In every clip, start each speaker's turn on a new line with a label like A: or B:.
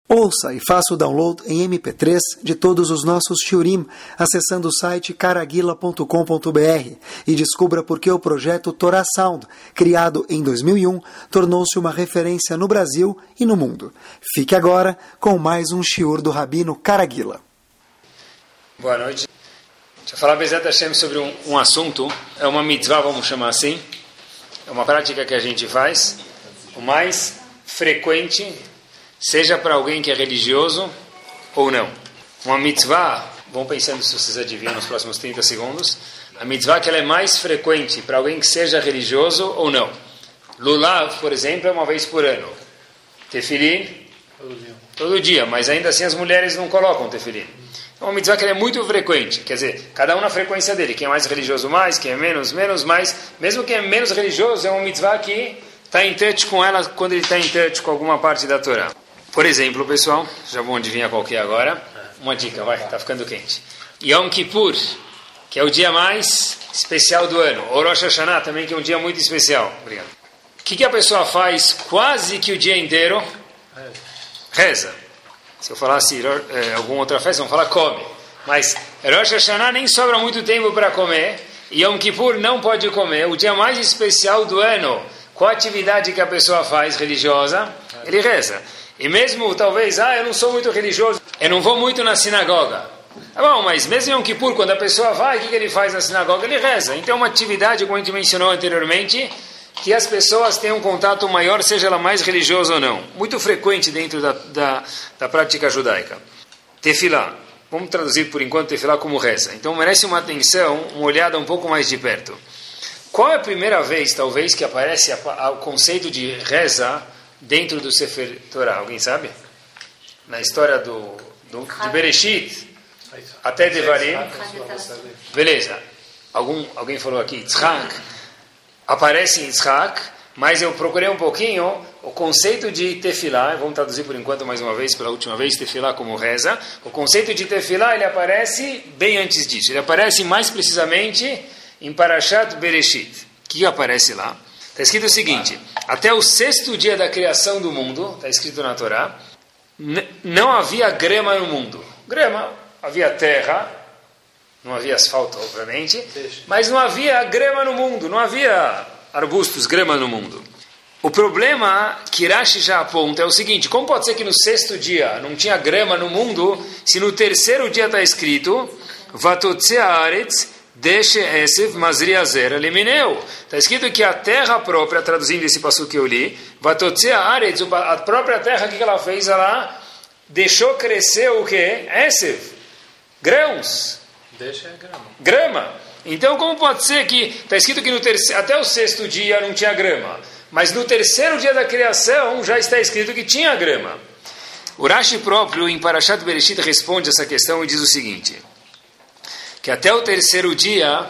A: Ouça e faça o download em MP3 de todos os nossos shiurim, acessando o site caraguila.com.br e descubra por que o projeto Torah Sound, criado em 2001, tornou-se uma referência no Brasil e no mundo. Fique agora com mais um shiur do Rabino Caraguila.
B: Boa noite. Deixa eu falar Bezat Hashem sobre um assunto, é uma mitzvah, vamos chamar assim, é uma prática que a gente faz, o mais frequente, seja para alguém que é religioso ou não. Uma mitzvah, vão pensando se vocês adivinham nos próximos 30 segundos, a mitzvah que ela é mais frequente para alguém que seja religioso ou não. Lulav, por exemplo, é uma vez por ano. Tefilim, todo dia, mas ainda assim as mulheres não colocam tefilim. É uma mitzvah que ela é muito frequente, quer dizer, cada um na frequência dele, quem é mais religioso mais, quem é menos, mais, mesmo quem é menos religioso é uma mitzvah que está em touch com ela quando ele está em touch com alguma parte da Torá. Por exemplo, pessoal, já vão adivinhar qual que é agora. Uma dica, vai, está ficando quente. Yom Kippur, que é o dia mais especial do ano. Ou Rosh Hashanah também, que é um dia muito especial. Obrigado. O que a pessoa faz quase que o dia inteiro? Reza. Se eu falasse alguma outra festa, vamos falar come. Mas Rosh Hashanah nem sobra muito tempo para comer. Yom Kippur não pode comer. O dia mais especial do ano, qual a atividade que a pessoa faz religiosa? Ele reza. E mesmo, talvez, eu não sou muito religioso, eu não vou muito na sinagoga. Tá bom, mas mesmo em Yom Kippur, quando a pessoa vai, o que ele faz na sinagoga? Ele reza. Então é uma atividade, como a gente mencionou anteriormente, que as pessoas tenham um contato maior, seja ela mais religiosa ou não. Muito frequente dentro da prática judaica. Tefilá. Vamos traduzir por enquanto Tefilá como reza. Então merece uma atenção, uma olhada um pouco mais de perto. Qual é a primeira vez, talvez, que aparece o conceito de reza dentro do Sefer Torah? Alguém sabe? Na história de Bereshit até Devarim. Beleza. Alguém falou aqui, Yitzhak. Aparece em Yitzhak, mas eu procurei um pouquinho o conceito de Tefilá. Vamos traduzir por enquanto mais uma vez, pela última vez, Tefilá como reza. O conceito de Tefilá, ele aparece bem antes disso. Ele aparece mais precisamente em Parashat Bereshit. O que aparece lá? Está escrito o seguinte: até o 6º dia da criação do mundo, está escrito na Torá, não havia grama no mundo. Grama, havia terra, não havia asfalto, obviamente, mas não havia grama no mundo, não havia arbustos, grama no mundo. O problema que Rashi já aponta é o seguinte: como pode ser que no 6º dia não tinha grama no mundo, se no 3º dia está escrito Vatotzea Aretz Deshe Esev Mazriazer Elimineu. Está escrito que a terra própria, traduzindo esse passuco que eu li, Vatotzea Aretz, a própria terra, o que ela fez? Ela deixou crescer o quê? Esev, grãos.
C: Deixa
B: grama. Então como pode ser que está escrito que até o 6º dia não tinha grama, mas no 3º dia da criação já está escrito que tinha grama? O Rashi próprio, em Parashat Bereshit, responde essa questão e diz o seguinte: que até o 3º dia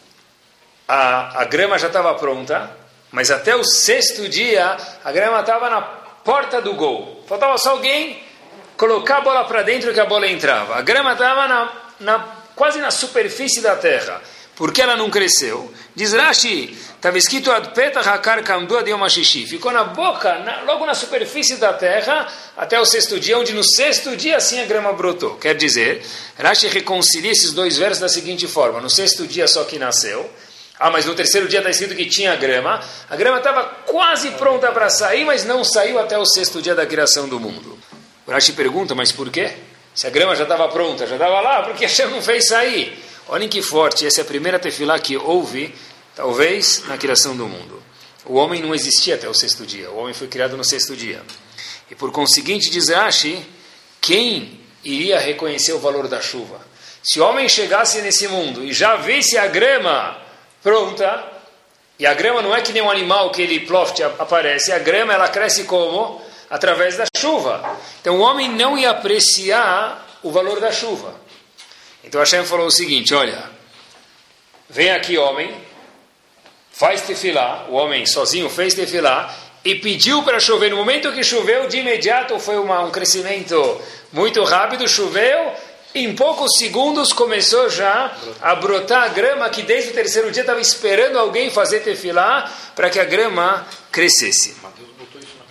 B: a grama já estava pronta, mas até o 6º dia a grama estava na porta do gol. Faltava só alguém colocar a bola para dentro que a bola entrava. A grama estava quase na superfície da terra. Por que ela não cresceu? Diz Rashi, estava escrito Ad Petach Hakar Kamdu Ad Yom HaShishi. Ficou na boca, logo na superfície da terra, até o 6º dia, onde no 6º dia assim a grama brotou. Quer dizer, Rashi reconcilia esses dois versos da seguinte forma: no 6º dia só que nasceu, mas no 3º dia está escrito que tinha grama estava quase pronta para sair, mas não saiu até o 6º dia da criação do mundo. O Rashi pergunta, mas por quê? Se a grama já estava pronta, já estava lá, por que Hashem não fez sair? Olhem que forte, essa é a primeira tefilá que houve, talvez, na criação do mundo. O homem não existia até o 6º dia, o homem foi criado no 6º dia. E por conseguinte, diz Rashi, quem iria reconhecer o valor da chuva? Se o homem chegasse nesse mundo e já visse a grama pronta, e a grama não é que nem um animal que ele ploft aparece, a grama ela cresce como? Através da chuva. Então o homem não ia apreciar o valor da chuva. Então Hashem falou o seguinte: olha, vem aqui homem, faz tefilá. O homem sozinho fez tefilá e pediu para chover. No momento que choveu, de imediato foi um crescimento muito rápido, choveu, e em poucos segundos começou já a brotar a grama que desde o 3º dia estava esperando alguém fazer tefilá para que a grama crescesse.
C: Mas Deus botou isso na cabeça do homem.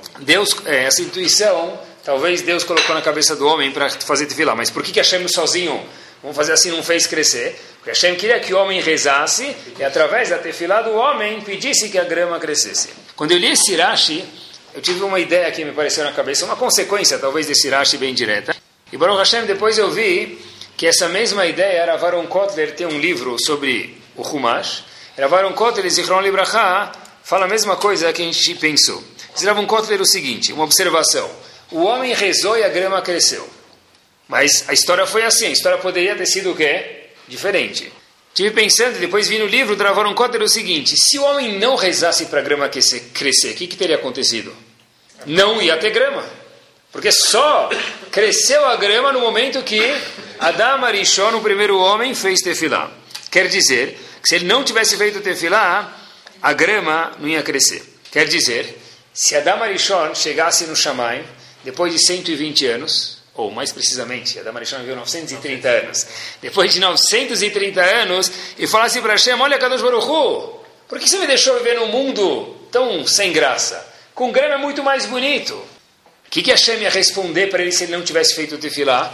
B: Deus, essa intuição, talvez Deus colocou na cabeça do homem para fazer tefilá. Mas por que Hashem sozinho, vamos fazer assim, não fez crescer? Porque Hashem queria que o homem rezasse e através da tefilá do homem pedisse que a grama crescesse. Quando eu li esse Rashi, eu tive uma ideia que me pareceu na cabeça, uma consequência talvez desse Rashi bem direta. E Baruch Hashem, depois eu vi que essa mesma ideia, Rav Aaron Kotler tem um livro sobre o Humash. Rav Aaron Kotler, Zichron Libraha, fala a mesma coisa que a gente pensou. Diz Rav Aaron Kotler o seguinte, uma observação. O homem rezou e a grama cresceu. Mas a história foi assim, a história poderia ter sido o quê? Diferente. Estive pensando, depois vi no livro do Rav Aaron Kotler o seguinte, se o homem não rezasse para a grama crescer, o que teria acontecido? Não ia ter grama. Porque só cresceu a grama no momento que Adam Arishon, o primeiro homem, fez tefilá. Quer dizer que se ele não tivesse feito tefilá, a grama não ia crescer. Quer dizer, se Adam Arishon chegasse no Shamayim, depois de 120 anos, ou mais precisamente, Adam Arishon viveu 930 anos, depois de 930 anos, e falasse para Hashem, olha Kadosh Baruch Hu, por que você me deixou viver num mundo tão sem graça? Com grama é muito mais bonito. O que Hashem ia responder para ele se ele não tivesse feito o tefilá?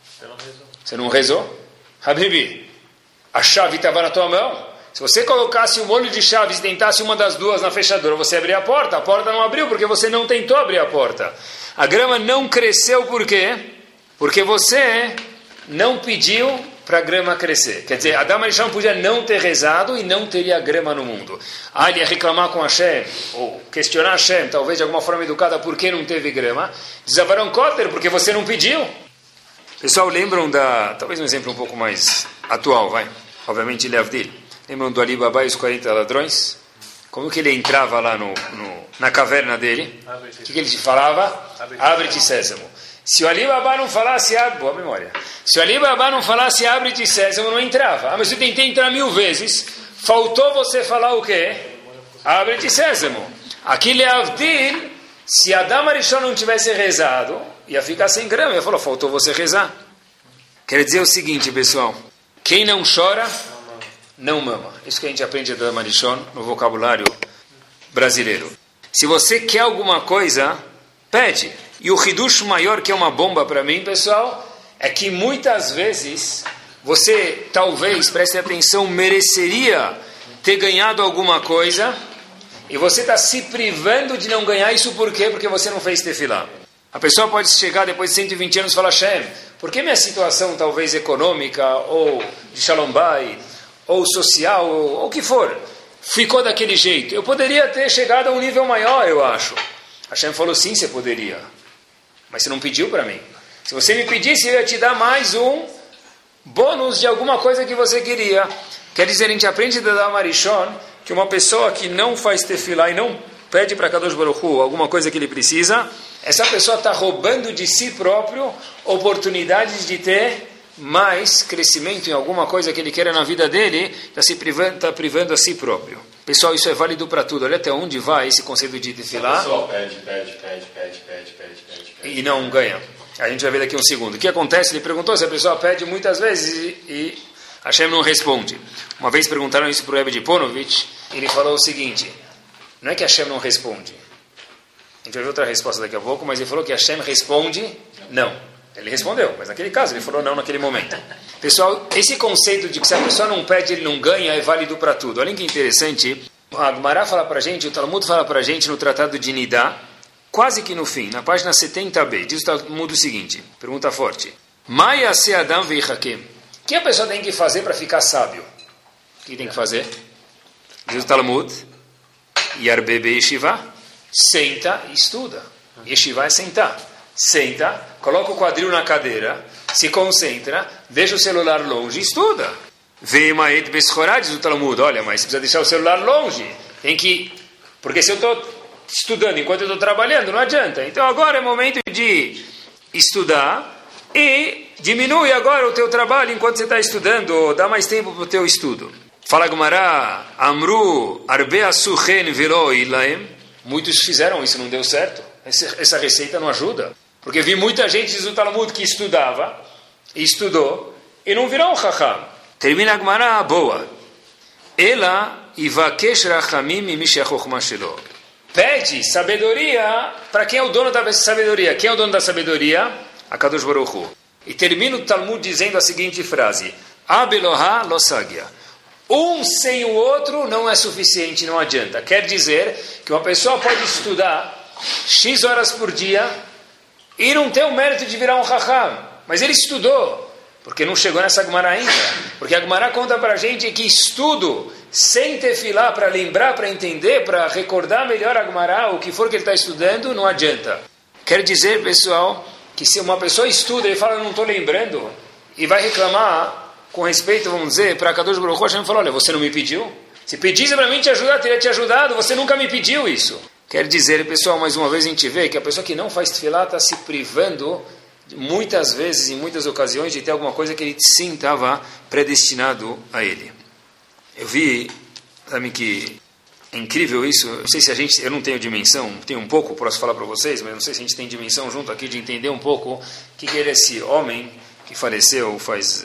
B: Você não rezou? Habibi, a chave estava na tua mão. Se você colocasse um molho de chaves e tentasse uma das duas na fechadura, você abria a porta não abriu porque você não tentou abrir a porta. A grama não cresceu por quê? Porque você não pediu para a grama crescer. Quer dizer, Adam Arishon podia não ter rezado e não teria grama no mundo. Ele ia reclamar com Hashem, ou questionar Hashem, talvez de alguma forma educada, por que não teve grama. Diz Rav Aaron Kotler, porque você não pediu. Pessoal, lembram talvez um exemplo um pouco mais atual, vai? Obviamente, Leavdil. Lembram do Ali Baba e os 40 ladrões? Como que ele entrava lá na caverna dele? O que ele falava? Abre-te, Sésamo. Se o Ali Baba não falasse, boa memória. Se o Ali Baba não falasse, abre-te, Sésamo, não entrava. Mas eu tentei entrar 1000 vezes. Faltou você falar o quê? Abre-te, Sésamo. Aqui, Leavdil, se Adam Arishon não tivesse rezado, ia ficar sem grama. Ele falou, faltou você rezar. Quer dizer o seguinte, pessoal. Quem não chora, não mama. Isso que a gente aprende da Adam Arishon no vocabulário brasileiro. Se você quer alguma coisa, pede. E o hidush maior, que é uma bomba para mim, pessoal, é que muitas vezes você, talvez, preste atenção, mereceria ter ganhado alguma coisa e você está se privando de não ganhar. Isso por quê? Porque você não fez tefilá. A pessoa pode chegar depois de 120 anos e falar, Hashem, por que minha situação talvez econômica ou de shalom bayit ou social ou o que for ficou daquele jeito? Eu poderia ter chegado a um nível maior, eu acho. Hashem falou, sim, você poderia. Mas você não pediu para mim. Se você me pedisse, eu ia te dar mais um bônus de alguma coisa que você queria. Quer dizer, a gente aprende da Adam Arishon que uma pessoa que não faz tefilá e não pede para Kadosh Baruch Hu alguma coisa que ele precisa, essa pessoa está roubando de si próprio oportunidades de ter mais crescimento em alguma coisa que ele queira na vida dele, está privando a si próprio. Pessoal, isso é válido para tudo. Olha até onde vai esse conceito de tefilá. O pessoal pede. E não ganha. A gente vai ver daqui um segundo. O que acontece? Ele perguntou se a pessoa pede muitas vezes e Hashem não responde. Uma vez perguntaram isso para o Rebbe de Ponovitch, ele falou o seguinte, não é que Hashem não responde. A gente vai ver outra resposta daqui a pouco, mas ele falou que Hashem responde não. Ele respondeu, mas naquele caso ele falou não naquele momento. Pessoal, esse conceito de que se a pessoa não pede, ele não ganha, é válido para tudo. Olha que interessante. A Gemara fala para a gente, o Talmud fala para a gente no Tratado de Nidá, quase que no fim, na página 70b, diz o Talmud o seguinte, pergunta forte. Maya se Adam veichakem. O que a pessoa tem que fazer para ficar sábio? O que tem que fazer? Diz o Talmud, Yarbebe Yeshiva, senta e estuda. Yeshiva é sentar. Senta, coloca o quadril na cadeira, se concentra, deixa o celular longe e estuda. Veimaet Beschorá, diz o Talmud, olha, mas precisa deixar o celular longe. Tem que... Porque se eu estou estudando enquanto eu estou trabalhando, não adianta. Então agora é momento de estudar e diminui agora o teu trabalho enquanto você está estudando, dá mais tempo para o teu estudo. Fala Gumará, Amru, Arbe Asuchen Velo Ilaem. Muitos fizeram isso, não deu certo. Essa receita não ajuda. Porque vi muita gente, diz o Talmud, que estudava, e estudou, e não virou um chacham. Termina a Gemara boa. Ela ivakesh rachamim mimishachokma shelo. pede sabedoria para quem é o dono da sabedoria. Quem é o dono da sabedoria? HaKadosh Baruch Hu. E termina o Talmud dizendo a seguinte frase: Abelohá losagia. Um sem o outro não é suficiente, não adianta. Quer dizer que uma pessoa pode estudar X horas por dia e não ter o mérito de virar um Chacham. Mas ele estudou, porque não chegou nessa Gemara ainda. Porque a Gemara conta para a gente que estudo sem tefilá, para lembrar, para entender, para recordar melhor a Gemara, o que for que ele está estudando, não adianta. Quer dizer, pessoal, que se uma pessoa estuda e fala, não estou lembrando, e vai reclamar, com respeito, vamos dizer, para Kadosh Baruch Hu, Hashem falou, olha, você não me pediu? Se pedisse para mim te ajudar, teria te ajudado, você nunca me pediu isso. Quer dizer, pessoal, mais uma vez a gente vê que a pessoa que não faz tefilá está se privando, muitas vezes, em muitas ocasiões, de ter alguma coisa que ele sim estava predestinado a ele. Eu vi, sabe que é incrível isso, não sei se eu não tenho dimensão, tenho um pouco, posso falar para vocês, mas não sei se a gente tem dimensão junto aqui de entender um pouco o que era esse homem que faleceu faz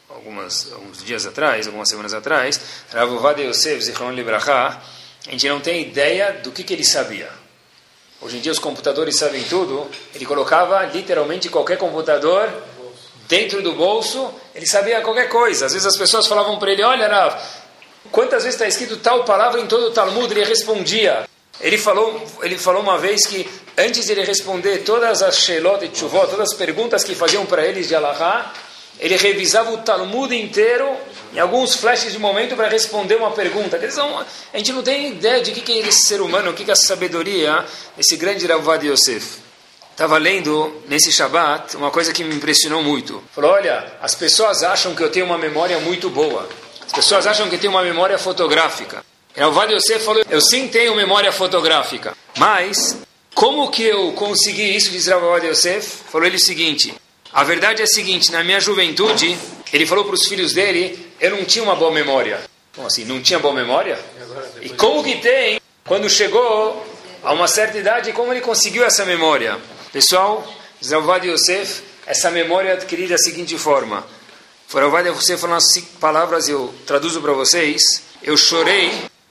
B: alguns dias atrás, algumas semanas atrás, Rav Ovadia Yosef, Zichron Libraha. A gente não tem ideia do que ele sabia. Hoje em dia os computadores sabem tudo. Ele colocava literalmente qualquer computador dentro do bolso, ele sabia qualquer coisa. Às vezes as pessoas falavam para ele, olha Rav, quantas vezes está escrito tal palavra em todo o Talmud? Ele respondia. Ele falou uma vez que antes de ele responder todas as Shelot e Tshuvot, todas as perguntas que faziam para eles de Alahá, ele revisava o Talmud inteiro em alguns flashes de momento para responder uma pergunta. Quer dizer, a gente não tem ideia de que é esse ser humano, o que é a sabedoria desse grande Rav Ovadia Yosef. Estava lendo nesse Shabbat uma coisa que me impressionou muito. Falou, olha, as pessoas acham que eu tenho uma memória muito boa. As pessoas acham que eu tenho uma memória fotográfica. Rav Ovadia Yosef falou, eu sim tenho memória fotográfica. Mas, como que eu consegui isso, diz Rav Ovadia Yosef? Falou ele o seguinte, a verdade é a seguinte, na minha juventude, ele falou para os filhos dele, eu não tinha uma boa memória. Como assim, não tinha boa memória? E como que tem, quando chegou a uma certa idade, como ele conseguiu essa memória? Pessoal, Rav Ovadia Yosef, essa memória é adquirida da seguinte forma. Rav Ovadia Yosef falou as palavras, eu traduzo para vocês, eu chorei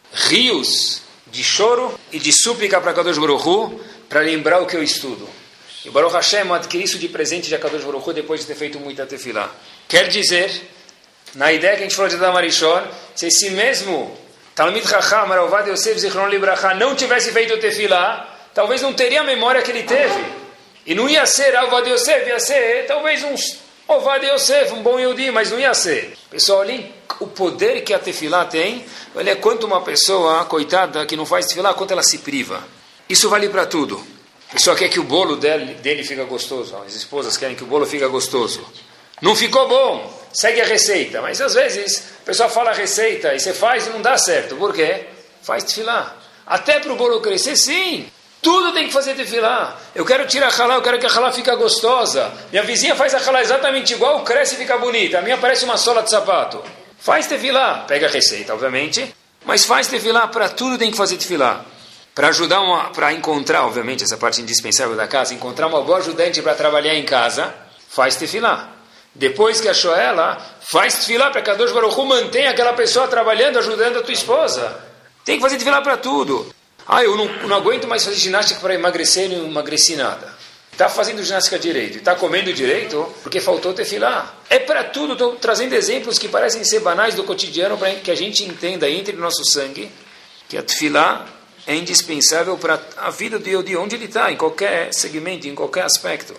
B: rios de choro e de súplica para Kadosh Baruch Hu, para lembrar o que eu estudo. E Baruch Hashem adquiri isso de presente de HaKadosh Baruch Hu depois de ter feito muita tefilá. Quer dizer, na ideia que a gente falou de Adam Arishon, se esse mesmo Talmid Chacham, Rav Ovadia Yosef, Zichron Libraha, não tivesse feito tefilá, talvez não teria a memória que ele teve. E não ia ser Rav Ovadia Yosef, ia ser talvez um Ovadia Yosef, um bom Yehudi, mas não ia ser. Pessoal, olhem o poder que a tefilá tem, olha quanto uma pessoa, coitada, que não faz tefilá, quanto ela se priva. Isso vale para tudo. A pessoa quer que o bolo dele fica gostoso. As esposas querem que o bolo fica gostoso. Não ficou bom, segue a receita. Mas às vezes a pessoa fala a receita e você faz e não dá certo. Por quê? Faz tefilá. Até para o bolo crescer, sim. Tudo tem que fazer tefilá. Eu quero tirar a halá, eu quero que a halá fique gostosa. Minha vizinha faz a halá exatamente igual, cresce e fica bonita. A minha parece uma sola de sapato. Faz tefilá. Pega a receita, obviamente. Mas faz tefilá, para tudo tem que fazer tefilá. Para ajudar, para encontrar, obviamente, essa parte indispensável da casa, encontrar uma boa ajudante para trabalhar em casa, faz tefilá. Depois que achou ela, faz tefilá para que Kadosh Baruch Hu mantenha aquela pessoa trabalhando, ajudando a tua esposa. Tem que fazer tefilá para tudo. Eu não aguento mais fazer ginástica para emagrecer e não emagreci nada. Está fazendo ginástica direito, está comendo direito, porque faltou tefilá. É para tudo, estou trazendo exemplos que parecem ser banais do cotidiano, para que a gente entenda, entre no nosso sangue, que a tefilá é indispensável para a vida de onde ele está, em qualquer segmento, em qualquer aspecto.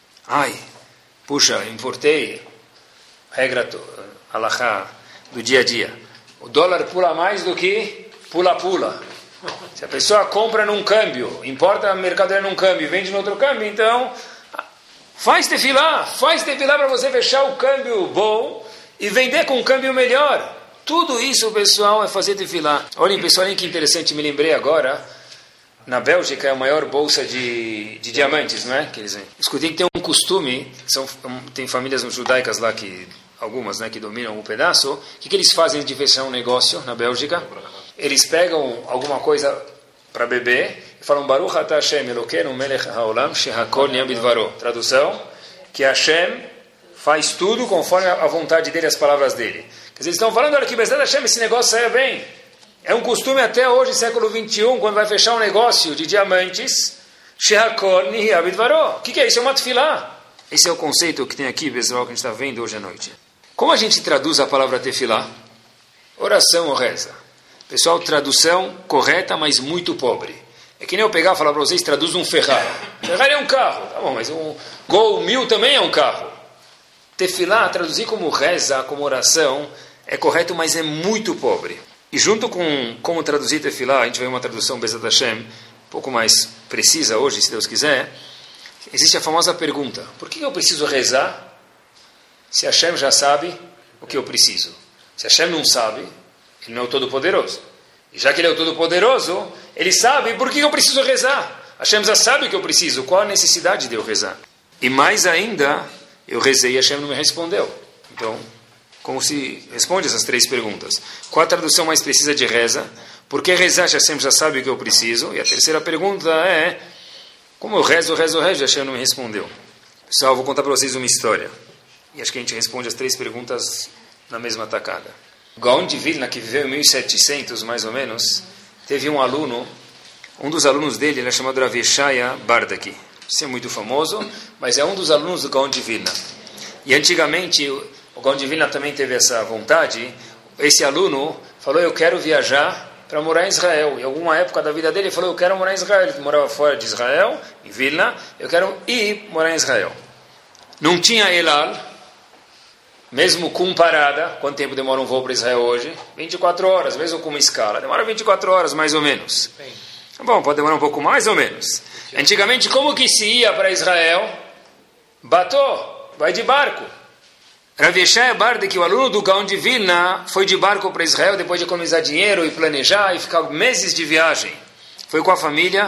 B: Importei, regra alahá do dia a dia. O dólar pula mais do que pula. Se a pessoa compra num câmbio, importa a mercadoria num câmbio e vende no outro câmbio, então faz tefilá para você fechar o câmbio bom e vender com um câmbio melhor. Tudo isso, pessoal, é fazer tefilá. Olhem, pessoal, olhem que interessante, me lembrei agora, na Bélgica é a maior bolsa de diamantes, não é? Escutei que tem um costume, tem famílias judaicas lá, algumas, que dominam um pedaço. O que eles fazem de fechar um negócio na Bélgica? Eles pegam alguma coisa para beber e falam, Baruch atah Hashem Elokeinu melech haolam shehakol nהיה bidvaro. Tradução, que Hashem faz tudo conforme a vontade dele, as palavras dele. Quer dizer, eles estão falando, olha que Bezat Hashem, esse negócio saia bem. É um costume até hoje, século 21, quando vai fechar um negócio de diamantes, Shehakol Nihi Abidvaro. O que é isso? É uma tefilá. Esse é o conceito que tem aqui, pessoal, que a gente está vendo hoje à noite. Como a gente traduz a palavra tefilá? Oração ou reza. Pessoal, tradução correta, mas muito pobre. É que nem eu pegar e falar para vocês, traduz um Ferrari. Ferrari é um carro, tá bom, mas um Gol 1000 também é um carro. Tefilá, traduzir como reza, como oração, é correto, mas é muito pobre. E junto com como traduzir tefilá, a gente vai uma tradução Bezat Hashem, um pouco mais precisa hoje, se Deus quiser. Existe a famosa pergunta, por que eu preciso rezar se Hashem já sabe o que eu preciso? Se Hashem não sabe, ele não é o Todo-Poderoso. E já que ele é o Todo-Poderoso, ele sabe por que eu preciso rezar. Hashem já sabe o que eu preciso, qual a necessidade de eu rezar. E mais ainda, eu rezei e Hashem não me respondeu. Então, como se responde essas três perguntas? Qual a tradução mais precisa de reza? Por que rezar se Hashem já sabe o que eu preciso? E a terceira pergunta é, como eu rezo, e Hashem não me respondeu? Pessoal, eu vou contar para vocês uma história. E acho que a gente responde as três perguntas na mesma tacada. O Gaon de Vilna, que viveu em 1700, mais ou menos, teve um aluno, um dos alunos dele, ele é chamado Rav Yeshaya Bardaki. Isso é muito famoso, mas é um dos alunos do Gaon de Vilna. E antigamente, o Gaon de Vilna também teve essa vontade. Esse aluno falou, eu quero viajar para morar em Israel. Em alguma época da vida dele, ele falou, eu quero morar em Israel. Ele morava fora de Israel, em Vilna, eu quero ir morar em Israel. Não tinha Elal, mesmo com parada. Quanto tempo demora um voo para Israel hoje? 24 horas, mesmo com uma escala. Demora 24 horas, mais ou menos. Bom, pode demorar um pouco mais ou menos. Antigamente, como que se ia para Israel? Batô, vai de barco. Rav Yeshaya Bardaki, o aluno do Gaon de Vilna, foi de barco para Israel depois de economizar dinheiro e planejar e ficar meses de viagem. Foi com a família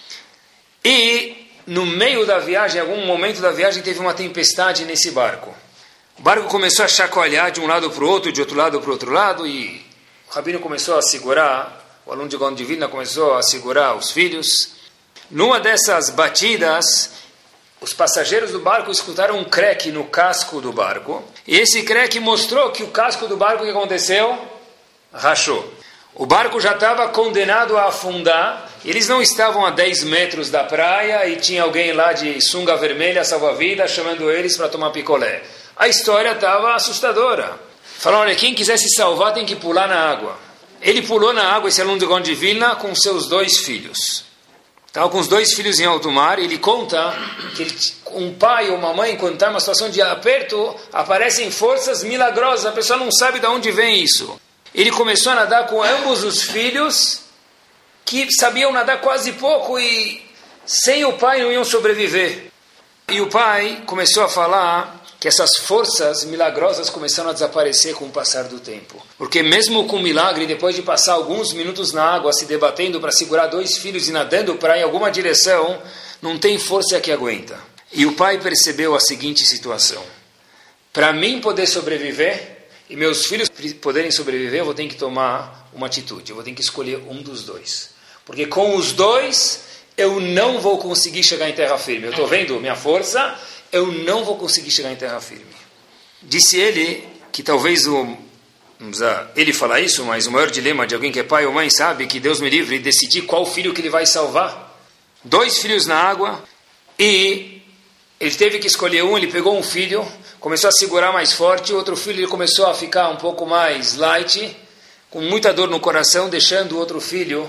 B: e no meio da viagem, em algum momento da viagem, teve uma tempestade nesse barco. O barco começou a chacoalhar de um lado para o outro, de outro lado para o outro lado, e o rabino começou a segurar, o aluno de Gaon de Vilna começou a segurar os filhos. Numa dessas batidas, os passageiros do barco escutaram um creque no casco do barco, e esse creque mostrou que o casco do barco, o que aconteceu? Rachou. O barco já estava condenado a afundar, eles não estavam a 10 metros da praia, e tinha alguém lá de sunga vermelha, salva-vidas, chamando eles para tomar picolé. A história estava assustadora. Falaram, olha, quem quiser se salvar tem que pular na água. Ele pulou na água, esse aluno do Gaon de Vilna, com seus 2 filhos. Estava com os 2 filhos em alto mar, e ele conta que um pai ou uma mãe, quando está em uma situação de aperto, aparecem forças milagrosas, a pessoa não sabe de onde vem isso. Ele começou a nadar com ambos os filhos, que sabiam nadar quase pouco, e sem o pai não iam sobreviver. E o pai começou a falar que essas forças milagrosas começaram a desaparecer com o passar do tempo. Porque mesmo com milagre, depois de passar alguns minutos na água, se debatendo para segurar 2 filhos e nadando para em alguma direção, não tem força que aguenta. E o pai percebeu a seguinte situação. Para mim poder sobreviver e meus filhos poderem sobreviver, eu vou ter que tomar uma atitude. Eu vou ter que escolher um dos 2. Porque com os 2, eu não vou conseguir chegar em terra firme. Eu estou vendo minha força, eu não vou conseguir chegar em terra firme. Disse ele que talvez não precisa ele falar isso, mas o maior dilema de alguém que é pai ou mãe sabe que Deus me livre de decidir qual filho que ele vai salvar. 2 filhos na água e ele teve que escolher um, ele pegou um filho, começou a segurar mais forte, o outro filho ele começou a ficar um pouco mais light, com muita dor no coração, deixando o outro filho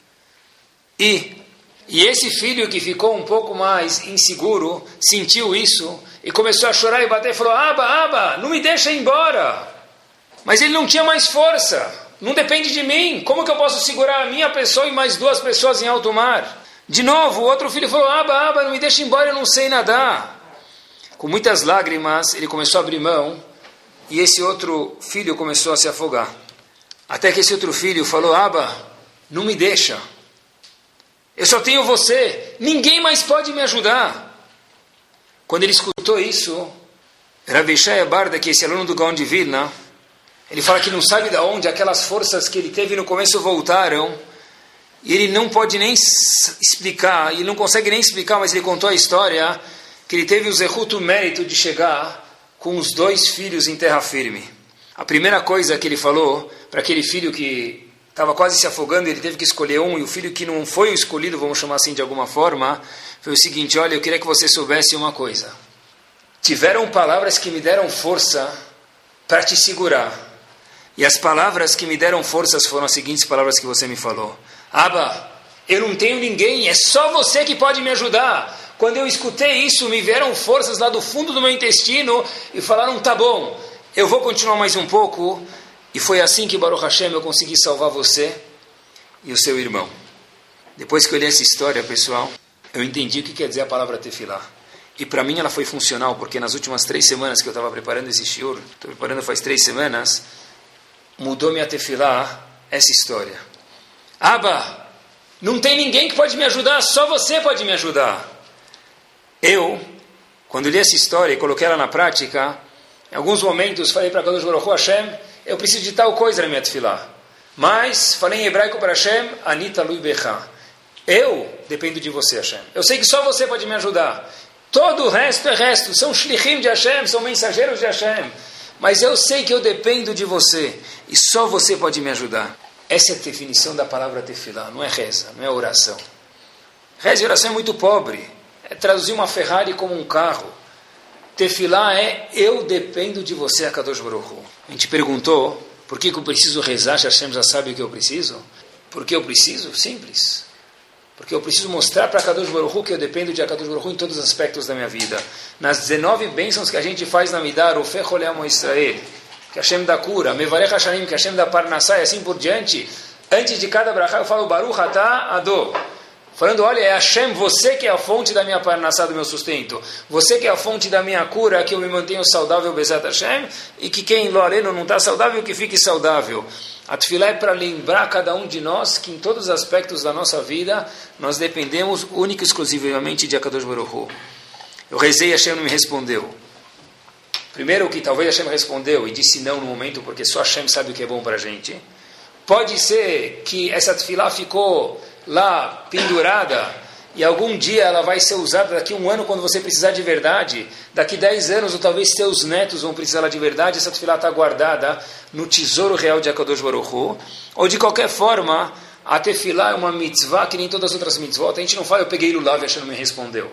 B: E esse filho que ficou um pouco mais inseguro, sentiu isso e começou a chorar e bater e falou, Aba, não me deixa ir embora. Mas ele não tinha mais força, não depende de mim. Como que eu posso segurar a minha pessoa e mais 2 pessoas em alto mar? De novo, o outro filho falou, Aba, não me deixa ir embora, eu não sei nadar. Com muitas lágrimas, ele começou a abrir mão e esse outro filho começou a se afogar. Até que esse outro filho falou, Aba, não me deixa. Eu só tenho você, ninguém mais pode me ajudar. Quando ele escutou isso, Rav Yeshaya Bardaki, esse aluno do Gaon de Vilna, ele fala que não sabe de onde aquelas forças que ele teve no começo voltaram, e ele não pode nem explicar, ele não consegue nem explicar, mas ele contou a história, que ele teve o zehut, o mérito de chegar com os 2 filhos em terra firme. A primeira coisa que ele falou para aquele filho que estava quase se afogando, ele teve que escolher um, e o filho que não foi o escolhido, vamos chamar assim de alguma forma, foi o seguinte: olha, eu queria que você soubesse uma coisa. Tiveram palavras que me deram força para te segurar. E as palavras que me deram forças foram as seguintes palavras que você me falou. Abba, eu não tenho ninguém, é só você que pode me ajudar. Quando eu escutei isso, me vieram forças lá do fundo do meu intestino e falaram, tá bom, eu vou continuar mais um pouco. E foi assim que, Baruch Hashem, eu consegui salvar você e o seu irmão. Depois que eu li essa história, pessoal, eu entendi o que quer dizer a palavra tefilá. E para mim ela foi funcional, porque nas últimas 3 semanas que eu estava preparando esse shiur, estou preparando faz 3 semanas, mudou minha tefilá essa história. Abba, não tem ninguém que pode me ajudar, só você pode me ajudar. Eu, quando li essa história e coloquei ela na prática, em alguns momentos falei para Kadosh Baruch Hu, Hashem, eu preciso de tal coisa na minha tefilá. Mas falei em hebraico para Hashem, Anita Lui Becha. Eu dependo de você, Hashem. Eu sei que só você pode me ajudar. Todo o resto é resto. São shlichim de Hashem, são mensageiros de Hashem. Mas eu sei que eu dependo de você. E só você pode me ajudar. Essa é a definição da palavra tefilá. Não é reza, não é oração. Reza e oração é muito pobre. É traduzir uma Ferrari como um carro. Tefilá é eu dependo de você, Kadosh Baruch Hu. A gente perguntou, por que eu preciso rezar, se Hashem já sabe o que eu preciso? Porque eu preciso? Simples. Porque eu preciso mostrar para Kadosh Baruch Hu que eu dependo de Kadosh Baruch Hu em todos os aspectos da minha vida. Nas 19 bênçãos que a gente faz na Midar, o Fechol Amo Israel, que Hashem dá cura, Mevarech Hashanim, que Hashem dá Parnassá, e assim por diante, antes de cada brachá eu falo Baruch Atah Ado. Falando, olha, é Hashem, você que é a fonte da minha parnassá, do meu sustento. Você que é a fonte da minha cura, que eu me mantenho saudável, Bezat Hashem, e que quem lo aleno não está saudável, que fique saudável. A tefilá é para lembrar cada um de nós que em todos os aspectos da nossa vida, nós dependemos única e exclusivamente de Akadosh Baruch Hu. Eu rezei e Hashem não me respondeu. Primeiro que talvez Hashem respondeu e disse não no momento, porque só Hashem sabe o que é bom para a gente. Pode ser que essa tefilá ficou lá pendurada e algum dia ela vai ser usada daqui a 1 ano quando você precisar de verdade, daqui 10 anos ou talvez seus netos vão precisar de verdade, essa tefilá está guardada no tesouro real de Akadosh Baruch Hu. Ou de qualquer forma, a tefilá é uma mitzvah que nem todas as outras mitzvot. A gente não fala, eu peguei Lulav e Hashem não me respondeu.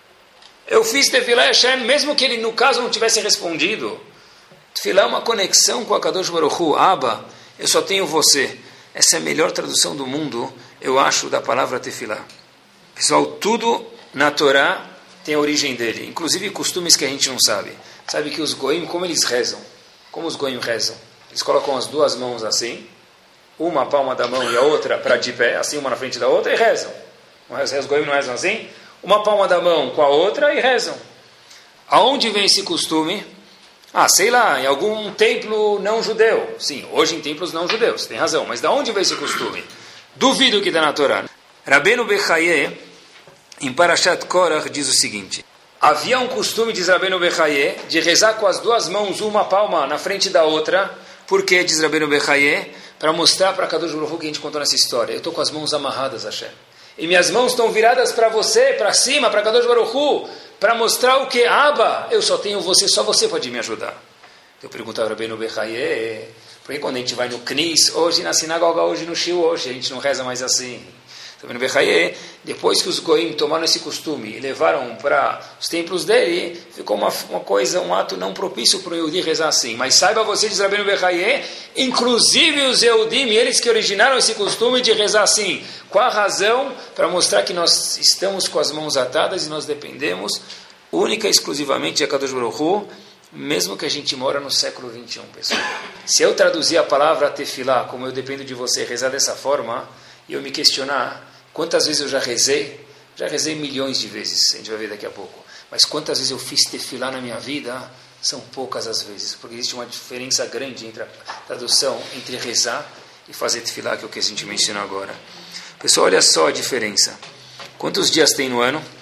B: Eu fiz tefilá e Hashem, mesmo que ele no caso não tivesse respondido. Tefilá é uma conexão com Akadosh Baruch Hu. Abba, eu só tenho você. Essa é a melhor tradução do mundo, eu acho, da palavra tefilá. Pessoal, tudo na Torá tem a origem dele, inclusive costumes que a gente não sabe. Sabe que os goim, como eles rezam? Como os goim rezam? Eles colocam as 2 mãos assim, uma palma da mão e a outra para de pé, assim uma na frente da outra, e rezam. Os goim não rezam assim? Uma palma da mão com a outra e rezam. Aonde vem esse costume? Sei lá, em algum templo não judeu. Sim, hoje em templos não judeus, tem razão. Mas de onde veio esse costume? Duvido que está na Torá. Rabbeinu Bechaye, em Parashat Korach, diz o seguinte. Havia um costume, diz Rabbeinu Bechaye, de rezar com as 2 mãos, uma palma na frente da outra. Por quê, diz Rabbeinu Bechaye? Para mostrar para Kadosh Baruch Hu que a gente contou nessa história. Eu estou com as mãos amarradas, Hashem. E minhas mãos estão viradas para você, para cima, para Kadosh Baruch Hu, para mostrar o que? Abba, eu só tenho você, só você pode me ajudar. Eu perguntava para Rabbeinu Bechaye, porque quando a gente vai no Knis, hoje na sinagoga, hoje no Shiur, hoje a gente não reza mais assim. Rabbeinu Bechaye, depois que os goim tomaram esse costume e levaram para os templos dele, ficou uma coisa, um ato não propício para o Yehudi rezar assim. Mas saiba você, diz Rabbeinu Bechaye, inclusive os Yehudim, eles que originaram esse costume de rezar assim. Qual a razão? Para mostrar que nós estamos com as mãos atadas e nós dependemos única e exclusivamente de Akadosh Baruch Hu, mesmo que a gente mora no século 21, pessoal. Se eu traduzir a palavra tefilá, como eu dependo de você, rezar dessa forma, e eu me questionar quantas vezes eu já rezei milhões de vezes, a gente vai ver daqui a pouco, mas quantas vezes eu fiz tefilá na minha vida, são poucas as vezes, porque existe uma diferença grande entre a tradução, entre rezar e fazer tefilá, que é o que a gente mencionou agora. Pessoal, olha só a diferença. Quantos dias tem no ano?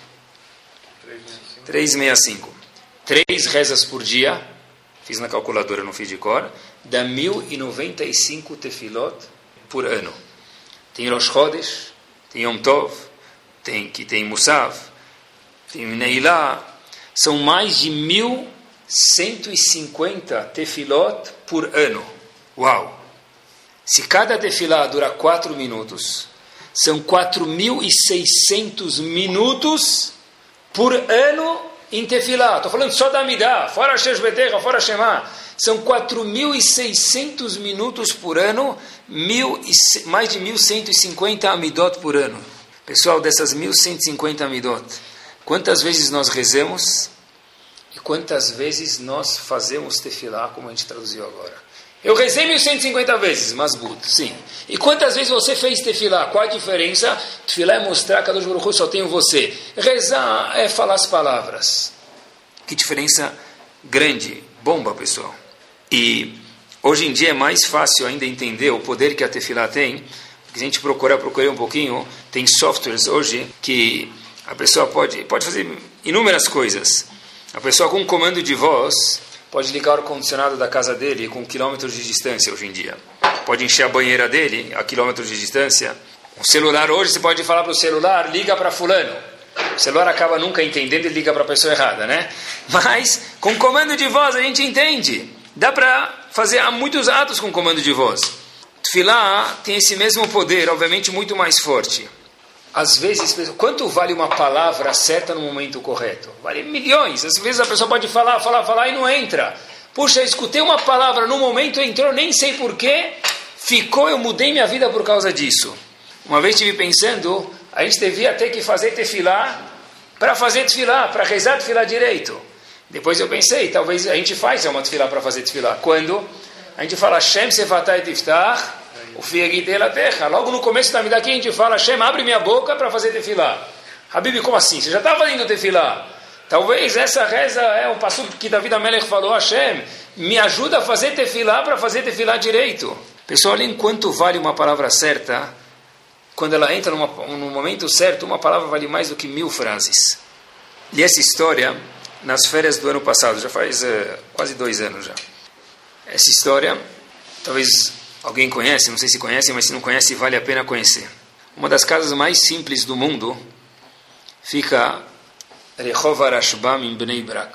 B: 365. 3 rezas por dia, fiz na calculadora, não fiz de cor, dá 1095 tefilot por ano. Tem Rosh Chodesh, tem Yom Tov, tem Musaf, tem Neilá, são mais de 1150 tefilot por ano. Uau! Se cada tefilá dura 4 minutos, são 4.600 minutos por ano em tefilá. Estou falando só da Amidah, fora Shesh Betecha, fora Shema. São 4.600 minutos por ano, mais de 1.150 Amidot por ano. Pessoal, dessas 1.150 Amidot, quantas vezes nós rezamos e quantas vezes nós fazemos tefilá, como a gente traduziu agora? Eu rezei 1.150 vezes, Masbut, sim. E quantas vezes você fez tefilá? Qual a diferença? Tefilá é mostrar que a Kadosh Baruch Hu só tem você. Rezar é falar as palavras. Que diferença grande, bomba, pessoal. E hoje em dia é mais fácil ainda entender o poder que a tefilá tem. Porque se a gente procurei um pouquinho, tem softwares hoje que a pessoa pode fazer inúmeras coisas. A pessoa com um comando de voz pode ligar o ar-condicionado da casa dele com quilômetros de distância hoje em dia. Pode encher a banheira dele a quilômetros de distância. O celular hoje, você pode falar para o celular, liga para fulano. O celular acaba nunca entendendo e liga para a pessoa errada, né? Mas com comando de voz a gente entende. Dá para fazer muitos atos com comando de voz. Tefilá tem esse mesmo poder, obviamente muito mais forte. Às vezes, quanto vale uma palavra certa no momento correto? Vale milhões. Às vezes a pessoa pode falar e não entra. Puxa, eu escutei uma palavra no momento, entrou, nem sei porquê, ficou, eu mudei minha vida por causa disso. Uma vez estive pensando, a gente devia ter que fazer tefilá, para rezar tefilá direito. Depois eu pensei, talvez a gente faça uma tefilá para fazer tefilá. Quando a gente fala Shem Sefatai Tiftach, o Fiegite la Terra. Logo no começo da Amidah aqui a gente fala, Hashem, abre minha boca para fazer tefilá. Habib, como assim? Você já está fazendo tefilá. Talvez essa reza é um passuco que David Amelech falou, Hashem, me ajuda a fazer tefilá para fazer tefilá direito. Pessoal, olhem quanto vale uma palavra certa. Quando ela entra no momento certo, uma palavra vale mais do que 1000 frases. Li essa história nas férias do ano passado, já faz quase 2 anos já. Essa história, talvez alguém conhece, não sei se conhece, mas se não conhece, vale a pena conhecer. Uma das casas mais simples do mundo fica Rehov Rashbam em Bnei Brak.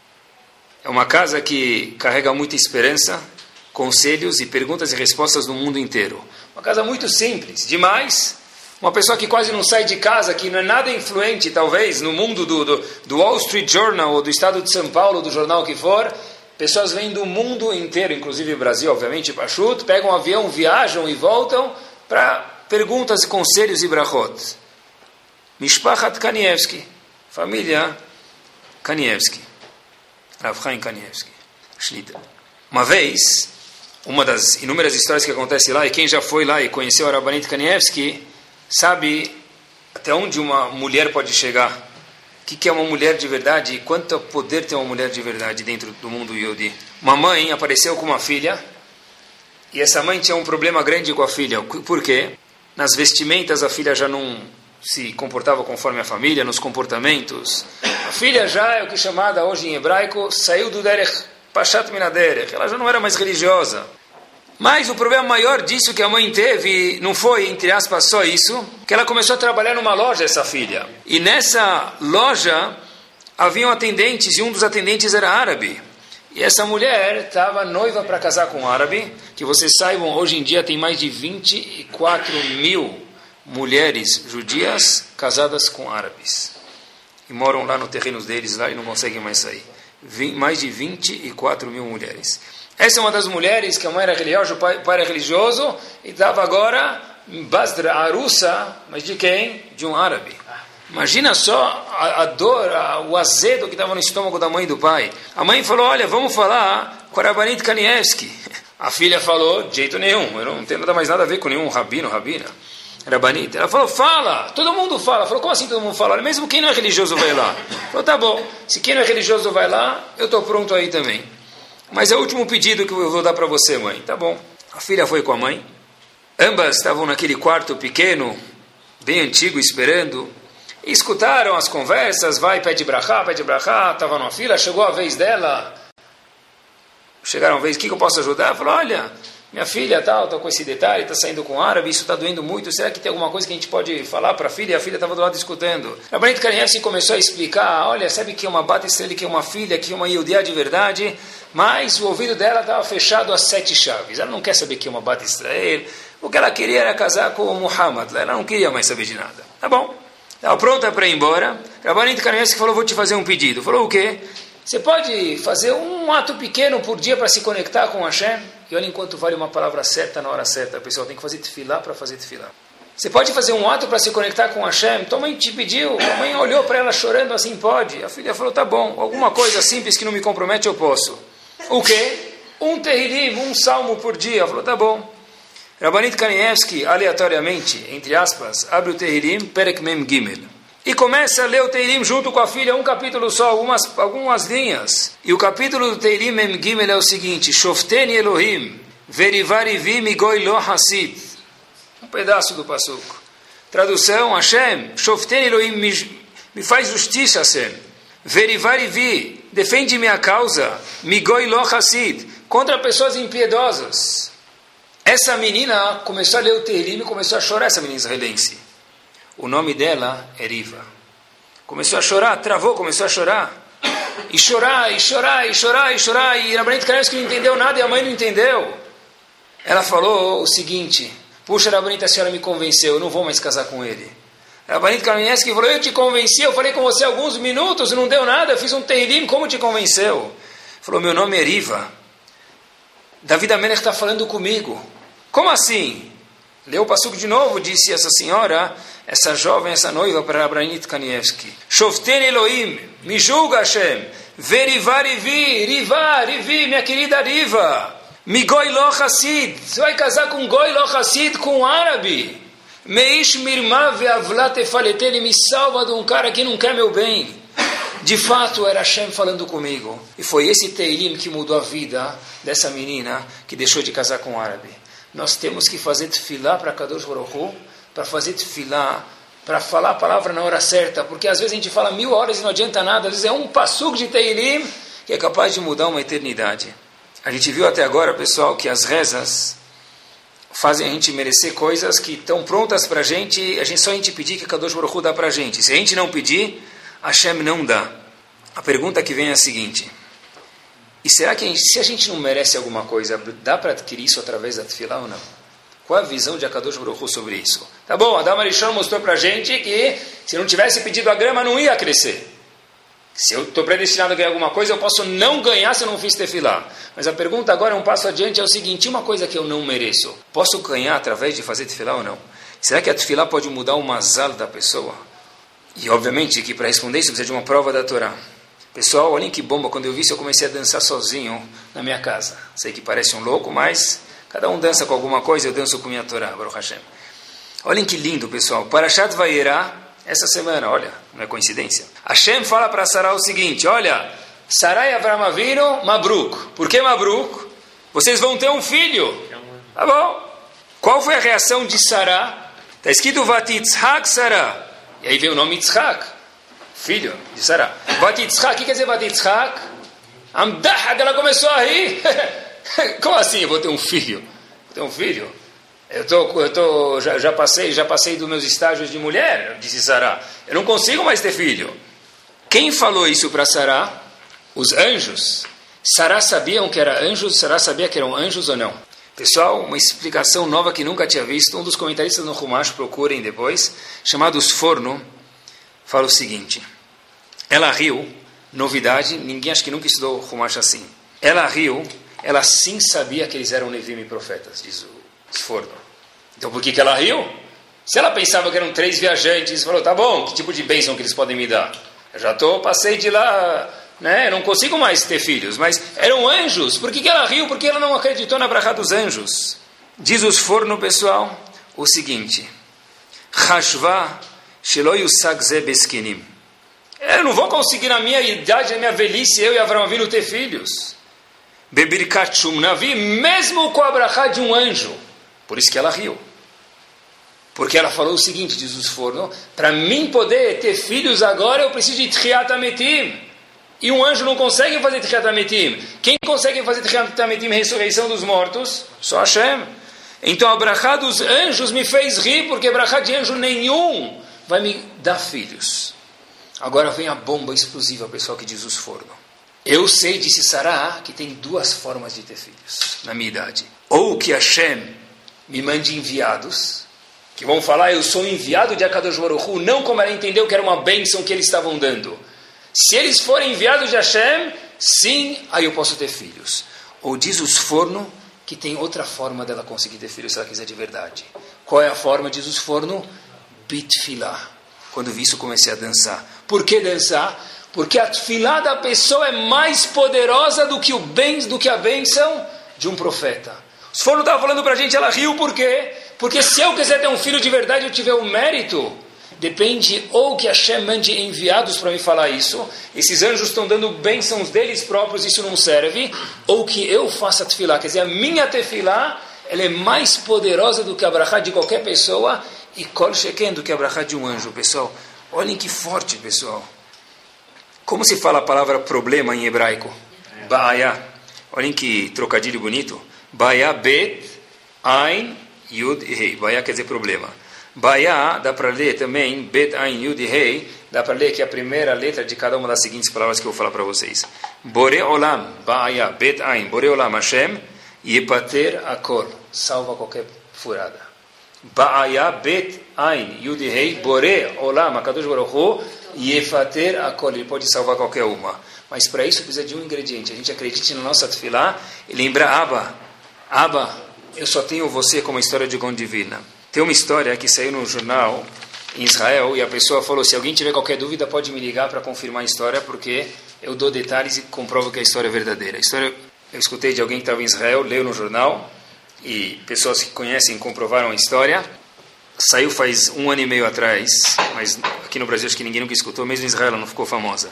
B: É uma casa que carrega muita esperança, conselhos e perguntas e respostas do mundo inteiro. Uma casa muito simples, demais. Uma pessoa que quase não sai de casa, que não é nada influente, talvez, no mundo do Wall Street Journal, ou do estado de São Paulo, do jornal que for. Pessoas vêm do mundo inteiro, inclusive Brasil, obviamente, Pachut, pegam um avião, viajam e voltam para perguntas e conselhos e brachot. Mishpachat Kanievski, família Kanievski, Rav Chaim Kanievski, Shlita. Uma vez, uma das inúmeras histórias que acontece lá, e quem já foi lá e conheceu a Rabbanit Kanievski, sabe até onde uma mulher pode chegar. O que é uma mulher de verdade e quanto poder tem uma mulher de verdade dentro do mundo Yehudi. Uma mãe apareceu com uma filha e essa mãe tinha um problema grande com a filha. Por quê? Nas vestimentas a filha já não se comportava conforme a família, nos comportamentos. A filha já é o que é chamada hoje em hebraico, saiu do derech, pashat min haderech. Ela já não era mais religiosa. Mas o problema maior disso que a mãe teve não foi, entre aspas, só isso, que ela começou a trabalhar numa loja, essa filha. E nessa loja haviam atendentes, e um dos atendentes era árabe. E essa mulher estava noiva para casar com um árabe, que vocês saibam, hoje em dia tem mais de 24.000 mulheres judias casadas com árabes. E moram lá no terreno deles, lá e não conseguem mais sair. Mais de 24.000 mulheres. Essa é uma das mulheres que a mãe era religiosa, o pai era religioso, e estava agora em Basra, Arussa, mas de quem? De um árabe. Imagina só a dor, o azedo que estava no estômago da mãe e do pai. A mãe falou, olha, vamos falar com a Rabbanit Kanievski. A filha falou, de jeito nenhum, eu não tenho mais nada a ver com nenhum rabina. Rabbanit. Ela falou, fala, todo mundo fala. Falou, como assim todo mundo fala? Mesmo quem não é religioso vai lá. Falou, tá bom, se quem não é religioso vai lá, eu estou pronto aí também. Mas é o último pedido que eu vou dar para você, mãe. Tá bom. A filha foi com a mãe. Ambas estavam naquele quarto pequeno, bem antigo, esperando. E escutaram as conversas. Vai, pede brachá. Estava numa fila, chegou a vez dela. Chegaram a vez, o que eu posso ajudar? Falou, olha, minha filha está com esse detalhe, está saindo com árabe, isso está doendo muito, será que tem alguma coisa que a gente pode falar para a filha? E a filha estava do lado escutando. Rabbanit Kanievski começou a explicar, olha, sabe que é uma Bat Israel, que é uma filha, que é uma Yehudiá de verdade, mas o ouvido dela estava fechado às 7 chaves. Ela não quer saber que é uma Bat Israel, o que ela queria era casar com o Muhammad, ela não queria mais saber de nada. Tá bom, estava pronta para ir embora. Rabbanit Kanievski falou, vou te fazer um pedido. Falou, o quê? Você pode fazer um ato pequeno por dia para se conectar com Hashem? E olha enquanto vale uma palavra certa na hora certa. Pessoal, tem que fazer tefilá para fazer tefilá. Você pode fazer um ato para se conectar com Hashem? Tua mãe te pediu, a mãe olhou para ela chorando assim, pode. A filha falou, tá bom, alguma coisa simples que não me compromete eu posso. O quê? Um Tehillim, um salmo por dia. Ela falou, tá bom. Rabbanit Kanievski, aleatoriamente, entre aspas, abre o Tehillim, Perek Mem Gimel. E começa a ler o Teirim junto com a filha, um capítulo só, algumas linhas. E o capítulo do Teirim Mem Gimel é o seguinte, Shofteni Elohim, Verivarivi Migoi Lo Hasid. Um pedaço do passuco. Tradução, Hashem, Shofteni Elohim, me faz justiça, Hashem. Verivarivi, defende minha causa, Migoi Lo Hasid, contra pessoas impiedosas. Essa menina começou a ler o Teirim e começou a chorar, essa menina israelense. O nome dela é Riva. Começou a chorar, travou, começou a chorar. E chorar, e chorar, e chorar, e chorar. E Rabbanit Kanievski não entendeu nada e a mãe não entendeu. Ela falou o seguinte, puxa, Rabbanit, a senhora me convenceu, eu não vou mais casar com ele. Rabbanit Kanievski falou, eu te convenci, eu falei com você alguns minutos, não deu nada, eu fiz um Teirim, como te convenceu? Falou, meu nome é Riva. David Amelech está falando comigo. Como assim? Leu o passuco de novo, disse essa senhora, essa jovem, essa noiva para Rabbanit Kanievski. Shoften Elohim, me julga Hashem. Verivarivi, Rivi, minha querida Riva. Mi Goi Lo Hasid. Você vai casar com Goi Lo Hasid, com um árabe. Meish Mirma Ve'avlat Efalet. Ele me salva de um cara que não quer meu bem. De fato, era Hashem falando comigo. E foi esse Teilim que mudou a vida dessa menina que deixou de casar com um árabe. Nós temos que fazer tefilá para Kadosh Baruch Hu, para fazer tefilá, para falar a palavra na hora certa, porque às vezes a gente fala 1000 horas e não adianta nada, às vezes é um passuco de Teilim que é capaz de mudar uma eternidade. A gente viu até agora, pessoal, que as rezas fazem a gente merecer coisas que estão prontas para a gente só a gente pedir que Kadosh Baruch Hu dá para a gente. Se a gente não pedir, Hashem não dá. A pergunta que vem é a seguinte, e será que se a gente não merece alguma coisa, dá para adquirir isso através da tefilá ou não? Qual a visão de Akadosh Baruch Hu sobre isso? Tá bom, Adam Arishon mostrou para a gente que se não tivesse pedido a grama, não ia crescer. Se eu estou predestinado a ganhar alguma coisa, eu posso não ganhar se eu não fiz tefilá. Mas a pergunta agora é um passo adiante, é o seguinte, uma coisa que eu não mereço, posso ganhar através de fazer tefilá ou não? Será que a tefilá pode mudar o mazal da pessoa? E obviamente que para responder isso precisa de uma prova da Torá. Pessoal, olhem que bomba, quando eu vi isso eu comecei a dançar sozinho na minha casa. Sei que parece um louco, mas cada um dança com alguma coisa, eu danço com minha Torá, Baruch Hashem. Olhem que lindo, pessoal. Parashat Vayera, essa semana, olha, não é coincidência. Hashem fala para Sará o seguinte, olha, Sará e Avram Avinu, Mabruk. Por que Mabruk? Vocês vão ter um filho. Tá bom. Qual foi a reação de Sará? Está escrito Vatitzhak Sará. E aí vem o nome Yitzhak. Filho de Sará. Vatitzhak, o que quer dizer Vatitzhak? Amdahad, ela começou a rir. Como assim eu vou ter um filho? Vou ter um filho? Já passei dos meus estágios de mulher, disse Sará. Eu não consigo mais ter filho. Quem falou isso para Sará? Os anjos. Sará sabiam que eram anjos? Sará sabia que eram anjos ou não? Pessoal, uma explicação nova que nunca tinha visto. Um dos comentaristas no Humash, procurem depois, chamado Sforno, fala o seguinte. Ela riu, novidade, ninguém acho que nunca estudou Humash assim. Ela riu, ela sim sabia que eles eram Nevim e profetas, diz o Sforno. Então por que ela riu? Se ela pensava que eram 3 viajantes, falou, tá bom, que tipo de bênção que eles podem me dar? Eu já passei de lá, né? Eu não consigo mais ter filhos, mas eram anjos. Por que ela riu? Porque ela não acreditou na brachá dos anjos. Diz o Sforno, pessoal, o seguinte. Chashva shelo yusag ze beskinim. Eu não vou conseguir na minha idade, na minha velhice, eu e Avram Avinu ter filhos. Bebirkat shum navi, mesmo com a brachá de um anjo. Por isso que ela riu. Porque ela falou o seguinte, diz o Sforno, para mim poder ter filhos agora, eu preciso de Tchiat HaMetim. E um anjo não consegue fazer Tchiat HaMetim. Quem consegue fazer Tchiat HaMetim, ressurreição dos mortos? Só Hashem. Então a brachá dos anjos me fez rir, porque brachá de anjo nenhum vai me dar filhos. Agora vem a bomba explosiva, pessoal, que diz os forno. Eu sei, disse Sará, que tem duas formas de ter filhos na minha idade. Ou que Hashem me mande enviados, que vão falar, eu sou enviado de Akadosh Baruch Hu, não como ela entendeu que era uma bênção que eles estavam dando. Se eles forem enviados de Hashem, sim, aí eu posso ter filhos. Ou diz os forno, que tem outra forma dela conseguir ter filhos, se ela quiser de verdade. Qual é a forma, diz os forno? Bitfilah. Quando vi isso, comecei a dançar. Por que dançar? Porque a tefilá da pessoa é mais poderosa do que a bênção de um profeta. Os forno estavam falando para a gente, ela riu, por quê? Porque se eu quiser ter um filho de verdade, eu tiver o mérito, depende ou que Hashem mande enviados para me falar isso, esses anjos estão dando bênçãos deles próprios, isso não serve, ou que eu faça a tefilá, quer dizer, a minha tefilá, ela é mais poderosa do que a brachá de qualquer pessoa, e kol sheken do que a brachá de um anjo, pessoal. Olhem que forte, pessoal. Como se fala a palavra problema em hebraico? Ba'aya. Olhem que trocadilho bonito. Ba'aya bet, ain, yud e rei. Ba'aya quer dizer problema. Ba'aya dá para ler também, bet, ain, yud e rei, dá para ler que a primeira letra de cada uma das seguintes palavras que eu vou falar para vocês. Bore olam, ba'aya, bet, ain, bore olam, Hashem, yepater akol, salva qualquer furada. Ba'aya, bet, ain, yud e rei, bore olam, Akadosh Baruch Hu, yefater akol, ele pode salvar qualquer uma. Mas para isso precisa de um ingrediente. A gente acredita na nossa tefilá e lembra Abba, eu só tenho você como a história de Gon Divina. Tem uma história que saiu no jornal em Israel e a pessoa falou, se alguém tiver qualquer dúvida pode me ligar para confirmar a história, porque eu dou detalhes e comprovo que a história é verdadeira. A história eu escutei de alguém que estava em Israel, leu no jornal e pessoas que conhecem comprovaram a história. Saiu faz 1 ano e meio atrás, mas aqui no Brasil acho que ninguém nunca escutou, mesmo em Israel ela não ficou famosa.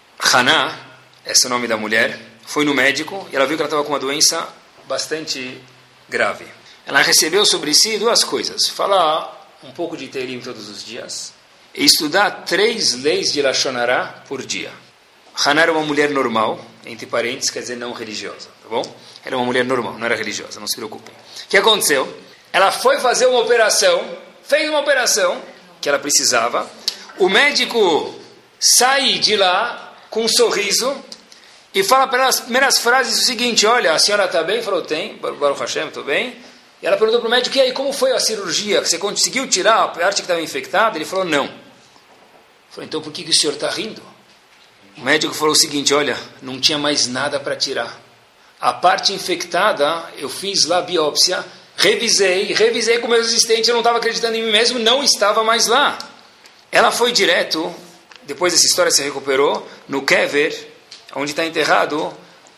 B: Haná, esse é o nome da mulher, foi no médico e ela viu que ela estava com uma doença bastante grave. Ela recebeu sobre si 2 coisas. Falar um pouco de Teilim todos os dias e estudar 3 leis de Lashon Hara por dia. Haná era uma mulher normal, entre parênteses, quer dizer não religiosa, tá bom? Era uma mulher normal, não era religiosa, não se preocupem. O que aconteceu? Ela foi fazer uma operação, fez uma operação que ela precisava. O médico sai de lá com um sorriso e fala para ela as primeiras frases o seguinte, olha, a senhora está bem? Falou, tem, Baruch Hashem, estou bem. E ela perguntou para o médico, e aí, como foi a cirurgia? Você conseguiu tirar a parte que estava infectada? Ele falou, não. Falou, então por que o senhor está rindo? O médico falou o seguinte, olha, não tinha mais nada para tirar. A parte infectada, eu fiz lá a biópsia, revisei com o meu assistente, eu não estava acreditando em mim mesmo, não estava mais lá. Ela foi direto, depois dessa história se recuperou, no Kever, onde está enterrado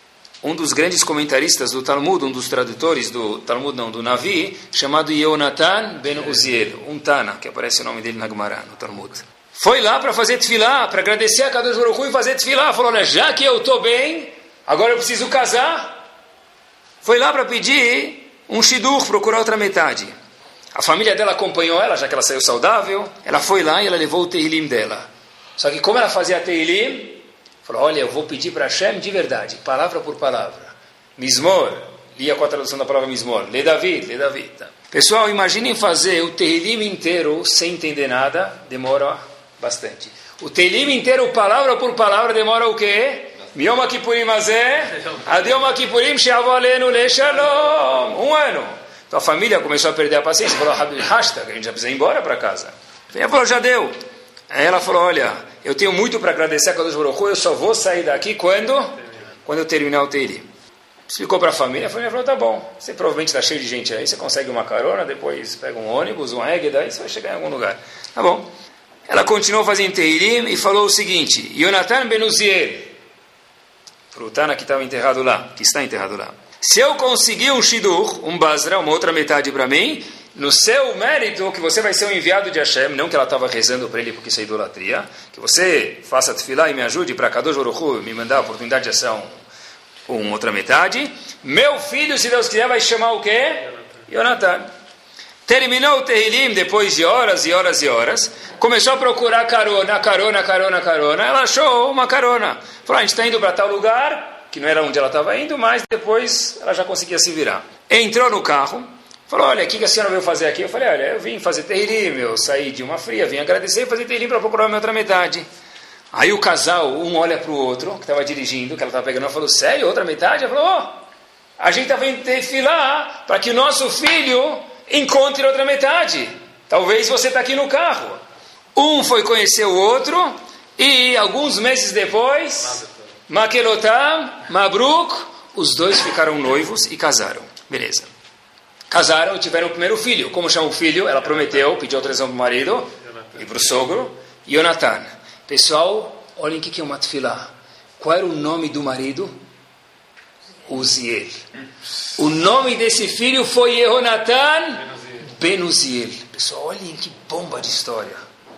B: um dos grandes comentaristas do Talmud, um dos tradutores do Talmud, não, do Navi, chamado Yonatan ben Uziel, um Tana, que aparece o nome dele na Gemara, no Talmud. Foi lá para fazer tefilá, para agradecer a Kadosh Baruch Hu e fazer tefilá. Falou, olha, já que eu estou bem, agora eu preciso casar. Foi lá para pedir um shidur, procurar outra metade. A família dela acompanhou ela, já que ela saiu saudável. Ela foi lá e ela levou o Tehilim dela. Só que como ela fazia Tehilim, falou, olha, eu vou pedir para Hashem de verdade, palavra por palavra. Mizmor, lia com a tradução da palavra Mizmor. Le David. Pessoal, imaginem fazer o Tehilim inteiro sem entender nada, demora bastante. O Tehilim inteiro, palavra por palavra, demora o quê? Yom Kippurim Azeh, Ad Yom Kippurim She'avo Aleinu Le'Shalom. 1 ano. Então a família começou a perder a paciência. Falou, hashtag, a gente já precisa ir embora para casa. Ela falou, já deu. Aí ela falou, olha, eu tenho muito para agradecer a Kadosh Baruch Hu, eu só vou sair daqui quando eu terminar o Tehilim. Explicou para a família falou, tá bom, você provavelmente está cheio de gente aí, você consegue uma carona, depois pega um ônibus, um Egeda, aí você vai chegar em algum lugar. Tá bom. Ela continuou fazendo Tehilim e falou o seguinte, Yonatan ben Uziel, para o Tana que estava enterrado lá, que está enterrado lá, se eu conseguir um Shidur, um Basra, uma outra metade para mim, no seu mérito, que você vai ser um enviado de Hashem, não que ela estava rezando para ele porque isso é idolatria, que você faça tefilá e me ajude para Kadosh Baruch Hu me mandar a oportunidade de ação outra metade, meu filho, se Deus quiser, vai chamar o quê? Yonatan. Terminou o Tehilim, depois de horas e horas e horas, começou a procurar carona. Ela achou uma carona. Falou, a gente está indo para tal lugar, que não era onde ela estava indo, mas depois ela já conseguia se virar. Entrou no carro, falou, olha, o que a senhora veio fazer aqui? Eu falei, olha, eu vim fazer Tehilim, eu saí de uma fria, vim agradecer e fazer Tehilim para procurar a minha outra metade. Aí o casal, um olha para o outro, que estava dirigindo, que ela estava pegando, ela falou, sério, outra metade? Ela falou, a gente está vindo tefilar para que o nosso filho encontre outra metade. Talvez você está aqui no carro. Um foi conhecer o outro e alguns meses depois, Makelotam, Mabruk, os dois ficaram noivos e casaram. Beleza. Casaram e tiveram o primeiro filho. Como chama o filho? Ela prometeu, pediu autorização para o marido e para o sogro. Yonatan. Pessoal, olhem o que é uma tefilá. Qual era o nome do marido? Uziel. O nome desse filho foi Yehonatan ben Uziel. Pessoal, olhem que bomba de história.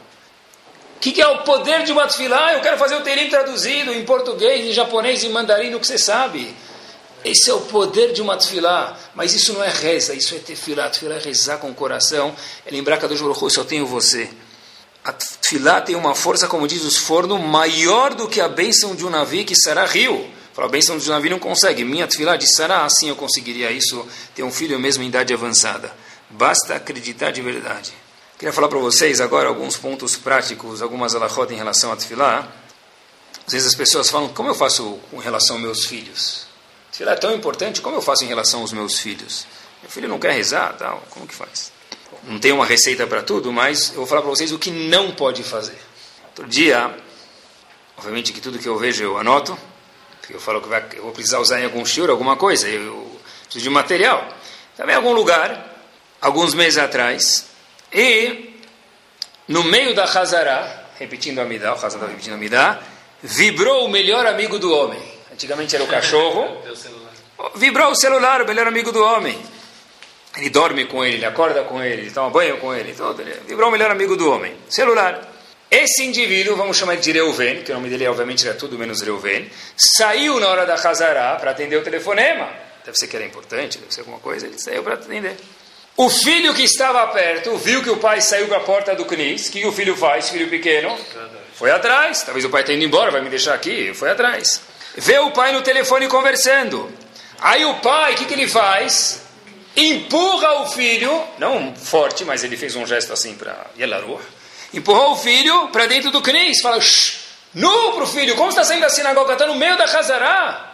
B: O que é o poder de uma tefilá? Eu quero fazer o Tehilim traduzido em português, em japonês, em mandarim, o que você sabe. Esse é o poder de uma tefilá. Mas isso não é reza, isso é tefilá. Tefilá é rezar com o coração. É lembrar que a Deus Baruch Hu, só tenho você. A tefilá tem uma força, como diz os fornos, maior do que a bênção de um navio que será rio. Fala, a bênção de Navi não consegue. Minha tefilá de Sará, assim eu conseguiria isso, ter um filho mesmo em idade avançada. Basta acreditar de verdade. Queria falar para vocês agora alguns pontos práticos, algumas alachot em relação à tefilá. Às vezes as pessoas falam, como eu faço com relação aos meus filhos? Tefilá é tão importante, como eu faço em relação aos meus filhos? Meu filho não quer rezar, tal, como que faz? Não tem uma receita para tudo, mas eu vou falar para vocês o que não pode fazer. Outro dia, obviamente que tudo que eu vejo eu anoto, eu falo que eu vou precisar usar em algum shiur, alguma coisa, eu preciso de material. Estava em algum lugar, alguns meses atrás, e no meio da Hazará, repetindo a Midá, o Hazará estava repetindo a Midá, vibrou o melhor amigo do homem. Antigamente era o cachorro. Vibrou o celular, o melhor amigo do homem. Ele dorme com ele, ele acorda com ele, ele toma banho com ele, todo. Vibrou o melhor amigo do homem. Celular. Esse indivíduo, vamos chamar de Reuven, que o nome dele obviamente era tudo menos Reuven, saiu na hora da Hazará para atender o telefonema. Deve ser que era importante, deve ser alguma coisa, ele saiu para atender. O filho que estava perto viu que o pai saiu para a porta do Knis. O que o filho faz, filho pequeno? Foi atrás. Talvez o pai tenha ido embora, vai me deixar aqui. Foi atrás. Vê o pai no telefone conversando. Aí o pai, o que ele faz? Empurra o filho, não forte, mas ele fez um gesto assim para Yelaruah. Empurrou o filho para dentro do Knis. Fala, nu para o filho, como está saindo da sinagoga? Está no meio da Hazará.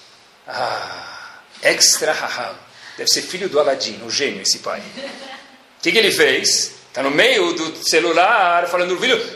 B: Extra raham. Deve ser filho do Aladim, o gênio, esse pai. O que ele fez? Está no meio do celular, falando no filho,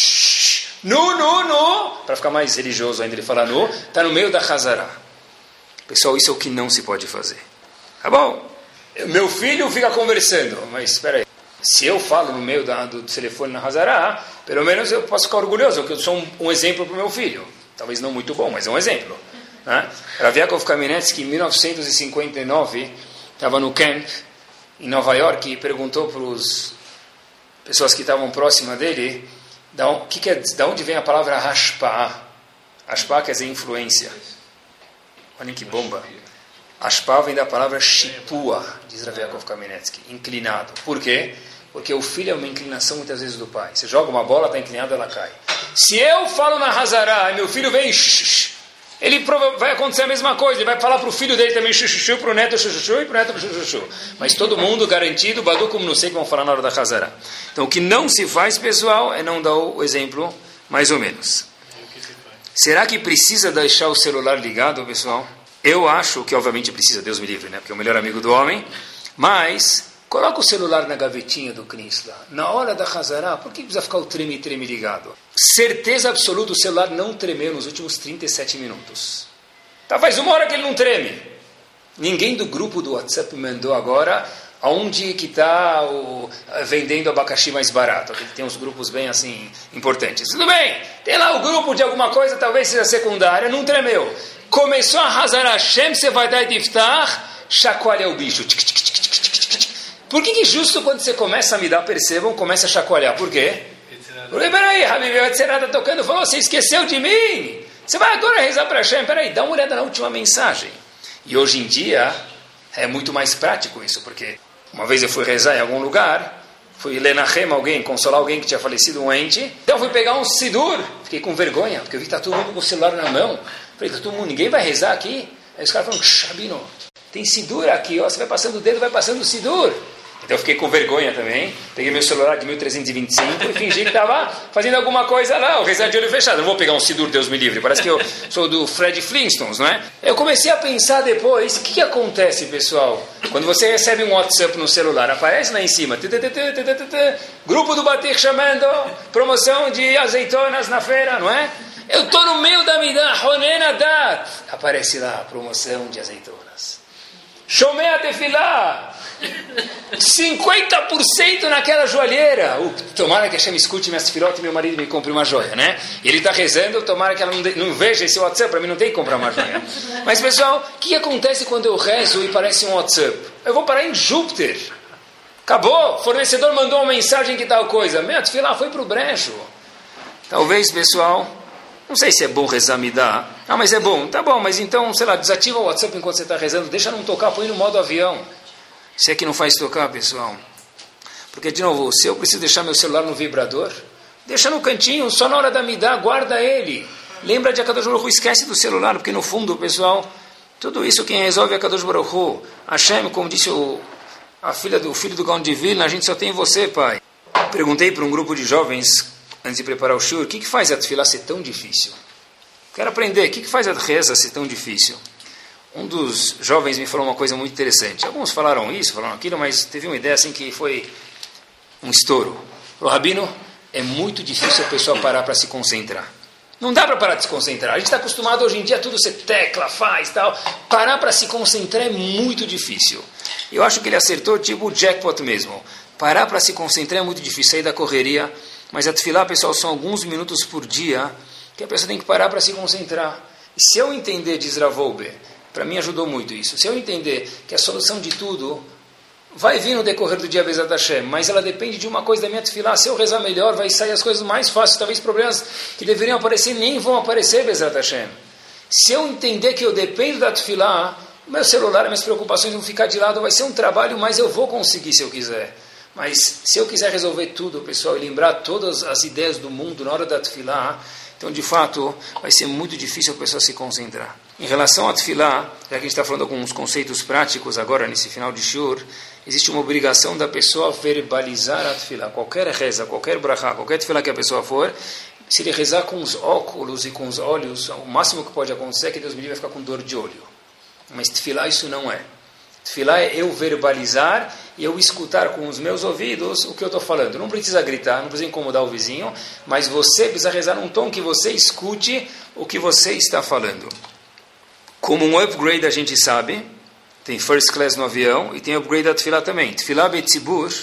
B: nu. Para ficar mais religioso ainda, ele fala nu. Está no meio da Hazará. Pessoal, isso é o que não se pode fazer. Tá bom? Meu filho fica conversando, mas espera aí. Se eu falo no meio do telefone na Hazará, pelo menos eu posso ficar orgulhoso, porque eu sou um exemplo para o meu filho. Talvez não muito bom, mas é um exemplo. Rav Yaakov Kamenetsky, em 1959, estava no camp em Nova York e perguntou para as pessoas que estavam próximas dele da onde vem a palavra Hashpa'ah. Hashpa'ah quer dizer influência. Olhem que bomba. Hashpa'ah vem da palavra Shipua, diz Rav Yaakov Kamenetsky, inclinado. Por quê? Porque o filho é uma inclinação muitas vezes do pai. Você joga uma bola, está inclinado, ela cai. Se eu falo na Hazará e meu filho vem, ele vai acontecer a mesma coisa. Ele vai falar para o filho dele também, para o neto, e para o neto, Mas todo mundo garantido, Badu como não sei que vão falar na hora da Hazará. Então o que não se faz, pessoal, é não dar o exemplo, mais ou menos. Será que precisa deixar o celular ligado, pessoal? Eu acho que obviamente precisa, Deus me livre, né? Porque é o melhor amigo do homem. Mas coloca o celular na gavetinha do Knis lá. Na hora da Hazará, por que precisa ficar o treme-treme ligado? Certeza absoluta, o celular não tremeu nos últimos 37 minutos. Tá, faz uma hora que ele não treme. Ninguém do grupo do WhatsApp mandou agora aonde que está vendendo abacaxi mais barato. Ele tem uns grupos bem assim importantes. Tudo bem, tem lá o grupo de alguma coisa, talvez seja secundária, não tremeu. Começou a Hazará Hashem, você vai dar de iftar, chacoalha o bicho. Por que justo quando você começa a me dar, percebam, começa a chacoalhar? Por quê? Porque, peraí, Habib, o Yetzirah está tocando, falou, você esqueceu de mim? Você vai agora rezar para Hashem? Peraí, dá uma olhada na última mensagem. E hoje em dia, é muito mais prático isso, porque Uma vez eu fui rezar em algum lugar, fui lenachem alguém, consolar alguém que tinha falecido, um ente. Então eu fui pegar um sidur, fiquei com vergonha, porque eu vi que está todo mundo com o celular na mão. Falei, tá todo mundo, ninguém vai rezar aqui? Aí os caras falaram, Rabino, tem sidur aqui, ó, você vai passando o dedo, vai passando o sidur. Então eu fiquei com vergonha também, peguei meu celular de 1325 e fingi que estava fazendo alguma coisa lá, o rezar de olho fechado. Não vou pegar um sidur, Deus me livre, parece que eu sou do Fred Flintstones, não é? Eu comecei a pensar depois, o que acontece, pessoal? Quando você recebe um WhatsApp no celular, aparece lá em cima, grupo do Batir chamando, promoção de azeitonas na feira, não é? Eu estou no meio da Midah, Ronen Dat, aparece lá, promoção de azeitonas. Shomei a Tefilá, 50% naquela joalheira. Tomara que a Hashem escute minhas filhotas e meu marido me compre uma joia, né? E ele está rezando, tomara que ela não veja esse WhatsApp, para mim não tem que comprar uma joia. Mas pessoal, o que acontece quando eu rezo e parece um WhatsApp? Eu vou parar em Júpiter. Acabou, o fornecedor mandou uma mensagem que tal coisa. Meu Tefilá foi para o brejo. Talvez, pessoal, não sei se é bom rezar Midah. Ah, mas é bom. Tá bom, mas então, sei lá, desativa o WhatsApp enquanto você está rezando, deixa não tocar, põe no modo avião. Se é que não faz tocar, pessoal. Porque, de novo, se eu preciso deixar meu celular no vibrador, deixa no cantinho, só na hora da Midah, guarda ele. Lembra de Akadosh Baruch Hu, esquece do celular, porque no fundo, pessoal, tudo isso quem resolve é Akadosh Baruch Hu. Hashem, como disse o filho do Gaon de Vilna, a gente só tem você, pai. Perguntei para um grupo de jovens, antes de preparar o shur, o que faz a tefilá ser tão difícil? Quero aprender, o que faz a reza ser tão difícil? Um dos jovens me falou uma coisa muito interessante. Alguns falaram isso, falaram aquilo, mas teve uma ideia assim que foi um estouro. Falou, Rabino, é muito difícil a pessoa parar para se concentrar. Não dá para parar de se concentrar. A gente está acostumado hoje em dia, tudo você tecla, faz, tal. Parar para se concentrar é muito difícil. Eu acho que ele acertou tipo o jackpot mesmo. Parar para se concentrar é muito difícil, sair da correria. Mas a tefilá, pessoal, são alguns minutos por dia que a pessoa tem que parar para se concentrar. E se eu entender, diz Rav Wolbe, para mim ajudou muito isso. Se eu entender que a solução de tudo vai vir no decorrer do dia Bezat Hashem, mas ela depende de uma coisa da minha tefilá. Se eu rezar melhor, vai sair as coisas mais fáceis. Talvez problemas que deveriam aparecer nem vão aparecer, Bezat Hashem. Se eu entender que eu dependo da tefilá, meu celular, minhas preocupações vão ficar de lado. Vai ser um trabalho, mas eu vou conseguir se eu quiser. Mas se eu quiser resolver tudo, pessoal, e lembrar todas as ideias do mundo na hora da tefilá, então, de fato, vai ser muito difícil a pessoa se concentrar. Em relação à tefilá, já que a gente está falando alguns conceitos práticos agora, nesse final de shur, existe uma obrigação da pessoa verbalizar a tefilá. Qualquer reza, qualquer brachá, qualquer tefilá que a pessoa for, se ele rezar com os óculos e com os olhos, o máximo que pode acontecer é que Deus me livre vai ficar com dor de olho. Mas tefilá isso não é. Tefilá é eu verbalizar e eu escutar com os meus ouvidos o que eu estou falando. Não precisa gritar, não precisa incomodar o vizinho, mas você precisa rezar num tom que você escute o que você está falando. Como um upgrade a gente sabe, tem first class no avião e tem upgrade da tefilá também. Tefilá betzibur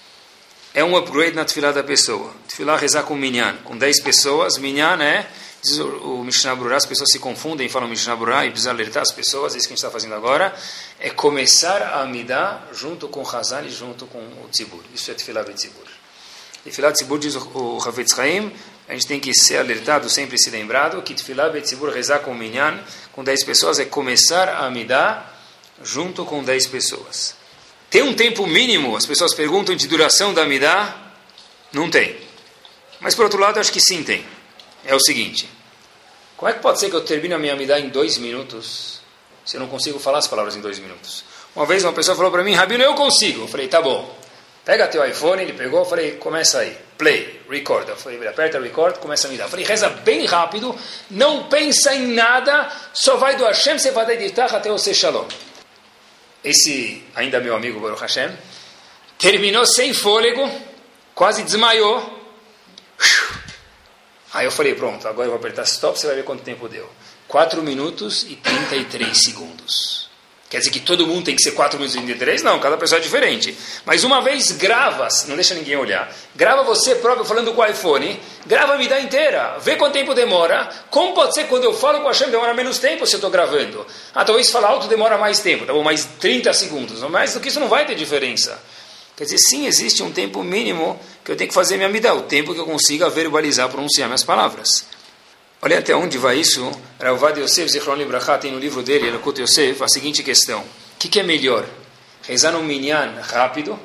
B: é um upgrade na tefilá da pessoa. Tefilá rezar com minyan, com 10 pessoas. Minyan é, diz o Mishnah Brurah, as pessoas se confundem e falam Mishnah Brurah e precisa alertar as pessoas, é isso que a gente está fazendo agora, é começar a Amidah junto com o Hazan e junto com o Tzibur. Isso é Tefilá Betzibur. Tefilá Betzibur, diz o Havetz Chaim, a gente tem que ser alertado, sempre se lembrado, que Tefilá Betzibur, rezar com minyan, com 10 pessoas, é começar a Amidah junto com 10 pessoas. Tem um tempo mínimo, as pessoas perguntam, de duração da Amidah? Não tem. Mas por outro lado, acho que sim tem. É o seguinte, como é que pode ser que eu termine a minha Amidah em 2 minutos, se eu não consigo falar as palavras em 2 minutos? Uma vez uma pessoa falou para mim, Rabino, eu consigo. Eu falei, tá bom. Pega teu iPhone, ele pegou, eu falei, começa aí. Play, record. Eu falei, aperta record, começa a Amidah. Eu falei, reza bem rápido, não pensa em nada, só vai do Hashem, você vai dedicar até o Shalom. Esse, ainda meu amigo Baruch Hashem, terminou sem fôlego, quase desmaiou. Aí eu falei, pronto, agora eu vou apertar stop, você vai ver quanto tempo deu. 4 minutos e 33 segundos. Quer dizer que todo mundo tem que ser 4 minutos e 33? Não, cada pessoa é diferente. Mas uma vez grava, não deixa ninguém olhar, grava você próprio falando com o iPhone, grava a vida inteira, vê quanto tempo demora. Como pode ser que quando eu falo com a Hashem demora menos tempo se eu estou gravando? Ah, talvez falar alto demora mais tempo, tá bom, mais 30 segundos. Mais do que isso não vai ter diferença. Quer dizer, sim, existe um tempo mínimo que eu tenho que fazer minha Amidah, o tempo que eu consiga verbalizar, pronunciar minhas palavras. Olha até onde vai isso. Rav Ovadia Yosef, Zichron Libraha, tem no livro dele, Elokut Yosef, a seguinte questão. O que é melhor? rezar no minyan rápido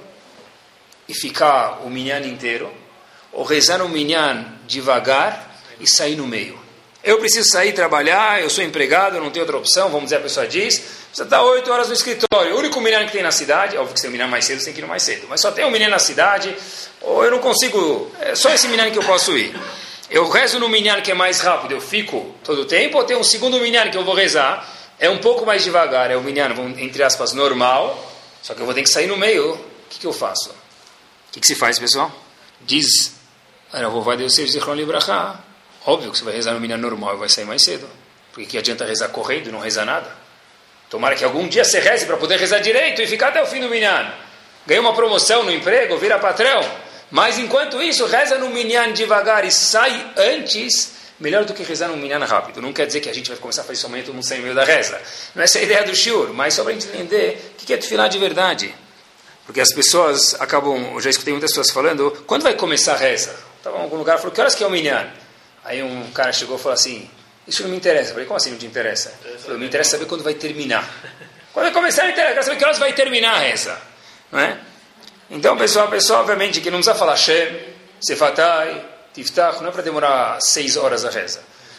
B: e ficar o minyan inteiro, ou rezar no minyan devagar e sair no meio. Eu preciso sair trabalhar, eu sou empregado, eu não tenho outra opção, vamos dizer, a pessoa diz, você está 8 horas no escritório, o único minyan que tem na cidade, óbvio que se tem um minyan mais cedo, você tem que ir mais cedo, mas só tem um minyan na cidade, ou eu não consigo, é só esse minyan que eu posso ir. Eu rezo no minyan que é mais rápido, eu fico todo o tempo, ou tem um segundo minyan que eu vou rezar, é um pouco mais devagar, é o minyan, entre aspas, normal, só que eu vou ter que sair no meio, o que eu faço? O que se faz, pessoal? Diz, a vovó de Yosef Zichron Libraha, óbvio que você vai rezar no minyan normal e vai sair mais cedo, porque que adianta rezar correndo e não rezar nada? Tomara que algum dia você reze para poder rezar direito e ficar até o fim do minyan. Ganha uma promoção no emprego, vira patrão. Mas enquanto isso, reza no minyan devagar e sai antes, melhor do que rezar no minyan rápido. Não quer dizer que a gente vai começar a fazer isso amanhã, todo mundo sai no meio da reza. Não é essa a ideia do shiur, mas só para a gente entender o que é tefilá de verdade. Porque as pessoas acabam, eu já escutei muitas pessoas falando, quando vai começar a reza? Estava em algum lugar, falou, que horas que é o minyan? Aí um cara chegou e falou assim, isso não me interessa. Eu falei, como assim não te interessa? Falei, me interessa saber quando vai terminar. Quando vai começar, não interessa, eu quero saber que horas vai terminar a reza. Não é? Então, pessoal, obviamente, que não precisa falar Shem, Sefatai, Tiftach, não é para demorar 6 horas a reza.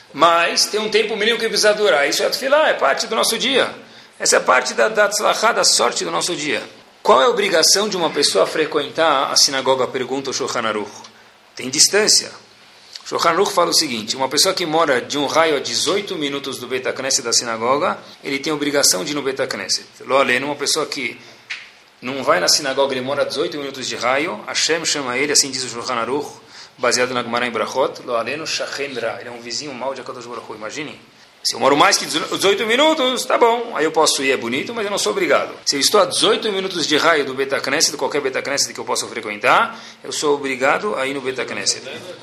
B: Mas tem um tempo mínimo que precisa durar. Isso é tefilá, é parte do nosso dia. Essa é parte da tzlachá, da sorte do nosso dia. Qual é a obrigação de uma pessoa frequentar a sinagoga? Pergunta o Shulchan Aruch. Tem distância. O Shulchan Aruch fala o seguinte, uma pessoa que mora de um raio a 18 minutos do Beit HaKnesset da sinagoga, ele tem a obrigação de ir no Beit HaKnesset. Lo aleno, uma pessoa que não vai na sinagoga, ele mora a 18 minutos de raio, Hashem chama ele, assim diz o Shulchan Aruch, baseado na Gemara em Brachot, Lo aleno shachendra, ele é um vizinho mau de HaKadosh Baruch Hu, imagine. Se eu moro mais que 18 minutos, tá bom, aí eu posso ir, é bonito, mas eu não sou obrigado. Se eu estou a 18 minutos de raio do Beit HaKnesset, de qualquer Beit HaKnesset que eu possa frequentar, eu sou obrigado a ir no Beit HaKnesset.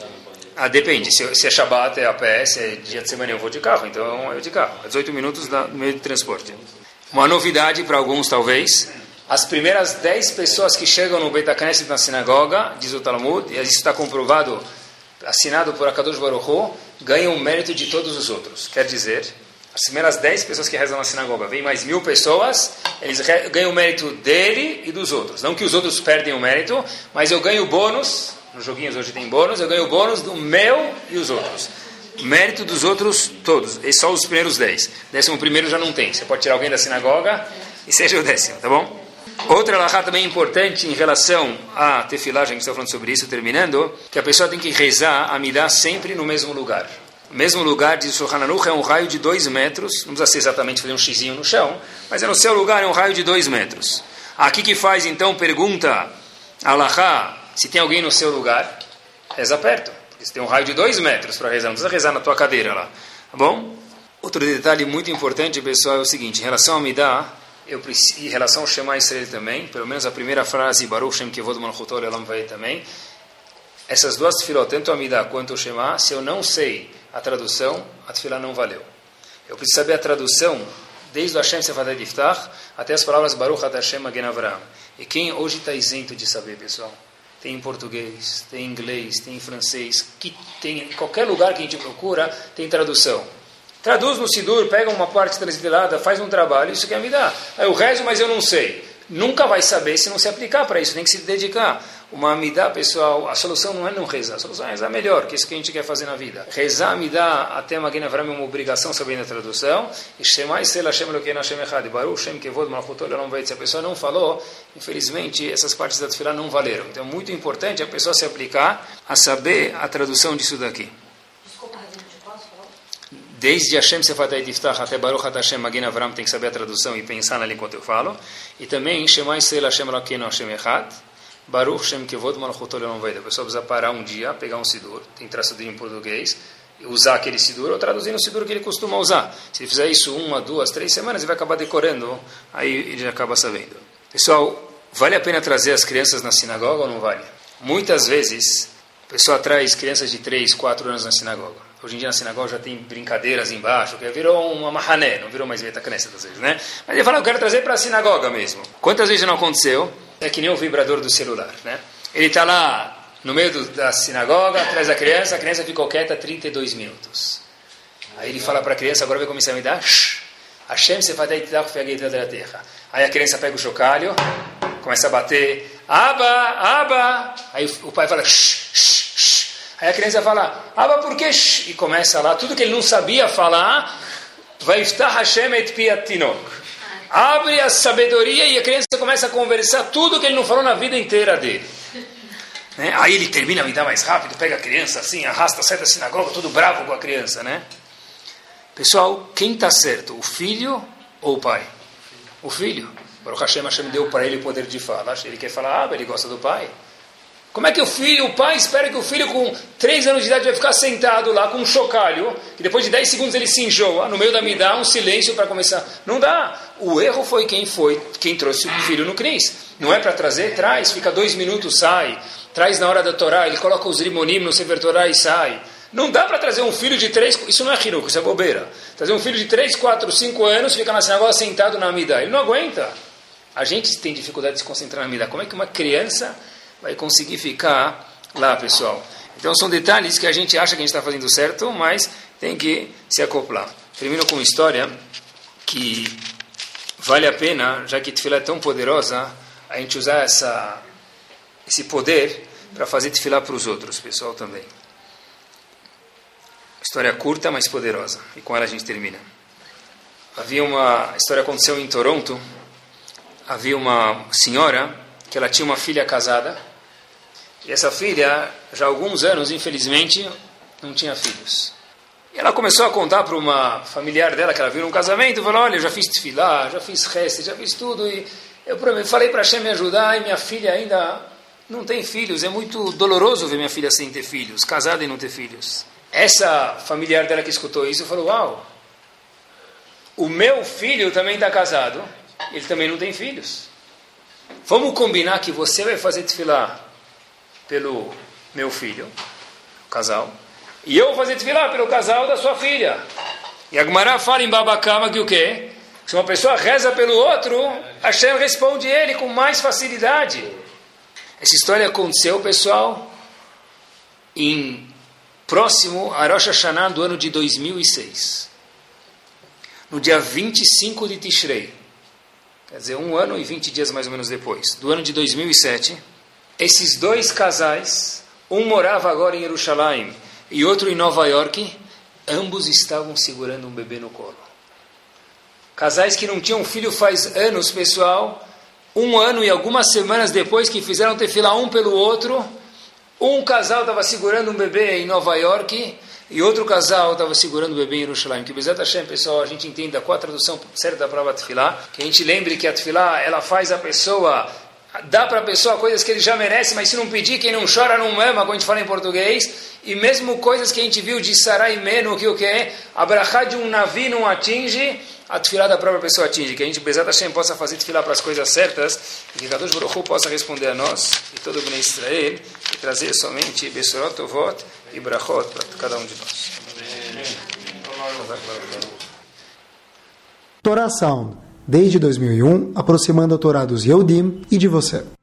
B: Depende, se é Shabbat é a pé, se é dia de semana eu vou de carro, então eu de carro. 18 minutos no meio de transporte. Uma novidade para alguns talvez, as primeiras 10 pessoas que chegam no Beit HaKnesset na sinagoga, diz o Talmud, e isso está comprovado, assinado por HaKadosh Baruch Hu, ganham o mérito de todos os outros. Quer dizer, as primeiras 10 pessoas que rezam na sinagoga, vem mais 1000 pessoas, eles ganham o mérito dele e dos outros. Não que os outros perdem o mérito, mas eu ganho o bônus, nos joguinhos hoje tem bônus, eu ganho o bônus do meu e os outros. Mérito dos outros todos, e só os primeiros 10. 11º já não tem, você pode tirar alguém da sinagoga e seja o 10º, tá bom? Outra alahá também importante em relação à tefilá, já que a gente está falando sobre isso, terminando, que a pessoa tem que rezar a midá sempre no mesmo lugar. O mesmo lugar, diz o Shulchan Aruch, é um raio de 2 metros, não precisa ser exatamente fazer um xizinho no chão, mas é no seu lugar, é um raio de 2 metros. Aqui que faz, então, pergunta alahá, se tem alguém no seu lugar, reza perto, porque você tem um raio de 2 metros para rezar, não precisa rezar na tua cadeira lá, tá bom? Outro detalhe muito importante, pessoal, é o seguinte, em relação a midá, em relação ao Shema Israel também, pelo menos a primeira frase, Baruch Shem Kevod Malchuto Le'olam Va'ed também, essas duas tefilot, tanto a Midá quanto o Shema, se eu não sei a tradução, a tefilá não valeu. Eu preciso saber a tradução, desde o Hashem Sefatai Diftach, até as palavras Baruch Atah Hashem Magen Avraham. E quem hoje está isento de saber, pessoal? Tem em português, tem em inglês, tem em francês, que tem, em qualquer lugar que a gente procura, tem tradução. Traduz no Sidur, pega uma parte transliterada, faz um trabalho, isso que é me dá. Aí eu rezo, mas eu não sei. Nunca vai saber se não se aplicar para isso, tem que se dedicar. Uma amidá, pessoal, a solução não é não rezar, a solução é rezar melhor, que é isso que a gente quer fazer na vida. Rezar amidá até Magen Avraham é uma obrigação, sabendo a tradução. E Shema Yisrael Hashem Elokeinu Hashem Echad, Baruch Shem Kevod Malchuto Le'olam Va'ed. Se a pessoa não falou, infelizmente, essas partes da tefilá não valeram. Então é muito importante a pessoa se aplicar a saber a tradução disso daqui. Desde Hashem Sefatai Diftach até Baruch Atah Hashem Magen Avraham tem que saber a tradução e pensar nela enquanto eu falo. E também Shema Yisrael Hashem Elokeinu Hashem Echad, Baruch Shem Kevod Malchuto Le'olam Va'ed. A pessoa precisa parar um dia, pegar um sidur, tem que traduzir em português, usar aquele sidur ou traduzir no sidur que ele costuma usar. Se ele fizer isso 1, 2, 3 semanas, ele vai acabar decorando, aí ele já acaba sabendo. Pessoal, vale a pena trazer as crianças na sinagoga ou não vale? Muitas vezes, a pessoa traz crianças de 3, 4 anos na sinagoga. Hoje em dia na sinagoga já tem brincadeiras embaixo, que virou uma mahané, não virou mais Beit HaKnesset às vezes, né? Mas ele fala, eu quero trazer para a sinagoga mesmo. Quantas vezes não aconteceu? É que nem o vibrador do celular, né? Ele está lá no meio da sinagoga, atrás da criança, a criança ficou quieta 32 minutos. Aí ele fala para a criança, agora vai começar a me dar... Hashem Sefadei Tidach Feageit da terra. Aí a criança pega o chocalho, começa a bater, Aba. Aí o pai fala, shh. Aí a criança fala, Aba, por que shh? E começa lá, tudo que ele não sabia falar, Vaiftah Hashem et Piat Tinok. Abre a sabedoria e a criança começa a conversar tudo que ele não falou na vida inteira dele. Né? Aí ele termina a me dar mais rápido, pega a criança assim, arrasta, sai da sinagoga, todo bravo com a criança, né? Pessoal, quem está certo? O filho ou o pai? O filho. Baruch Hashem deu para ele o poder de falar. Ele quer falar, ele gosta do pai. Como é que o pai espera que o filho com 3 anos de idade vai ficar sentado lá com um chocalho, que depois de 10 segundos ele se enjoa, no meio da midá, um silêncio para começar? Não dá. O erro foi quem trouxe o filho no Cris. Não é para trazer? Traz. Fica 2 minutos, sai. Traz na hora da Torá, ele coloca os rimonim no Sefer Torá e sai. Não dá para trazer um filho de 3... Isso não é hinuco, isso é bobeira. Trazer um filho de 3, 4, 5 anos, fica na sinagoga sentado na midá. Ele não aguenta. A gente tem dificuldade de se concentrar na midá. Como é que uma criança vai conseguir ficar lá, pessoal? Então são detalhes que a gente acha que a gente está fazendo certo, mas tem que se acoplar. Termino com uma história que vale a pena, já que tefilá é tão poderosa, a gente usar esse poder para fazer tefilá para os outros, pessoal, também. História curta, mas poderosa. E com ela a gente termina. A história aconteceu em Toronto. Havia uma senhora que ela tinha uma filha casada. E essa filha, já há alguns anos, infelizmente, não tinha filhos. E ela começou a contar para uma familiar dela que ela viu num casamento. Falou, olha, eu já fiz tefilá, já fiz reste, já fiz tudo. E eu falei para Hashem me ajudar e minha filha ainda não tem filhos. É muito doloroso ver minha filha sem ter filhos, casada e não ter filhos. Essa familiar dela que escutou isso falou, uau, o meu filho também está casado, ele também não tem filhos. Vamos combinar que você vai fazer tefilá pelo meu filho, o casal, e eu vou fazer tefilá pelo casal da sua filha. E a Gemara fala em Babakama que o quê? Se uma pessoa reza pelo outro, Hashem responde ele com mais facilidade. Essa história aconteceu, pessoal, próximo a Rosh Hashanah do ano de 2006. No dia 25 de Tishrei, quer dizer, 1 ano e 20 dias mais ou menos depois, do ano de 2007, esses 2 casais, um morava agora em Jerusalém e outro em Nova York, ambos estavam segurando um bebê no colo. Casais que não tinham filho faz anos, pessoal, 1 ano e algumas semanas depois que fizeram tefilá um pelo outro, um casal estava segurando um bebê em Nova York e outro casal estava segurando um bebê em Jerusalém. Que Bezat Hashem, pessoal, a gente entenda qual a tradução certa da palavra tefilá. Que a gente lembre que a tefilá, ela faz a pessoa, dá para a pessoa coisas que ele já merece, mas se não pedir, quem não chora não mama, como a gente fala em português. E mesmo coisas que a gente viu de Sarai Meno, que o que é? A brachá de um navi não atinge, a tefilá da própria pessoa atinge. Que a gente, Bezat Hashem, possa fazer tefilá para as coisas certas e que Kadosh Baruch Hu possa responder a nós e todo o Bnei Israel e trazer somente Besorot Tovot e Brachot para cada um de nós.
A: Torá Sound, desde 2001, aproximando a Torá dos Yehudim e de você.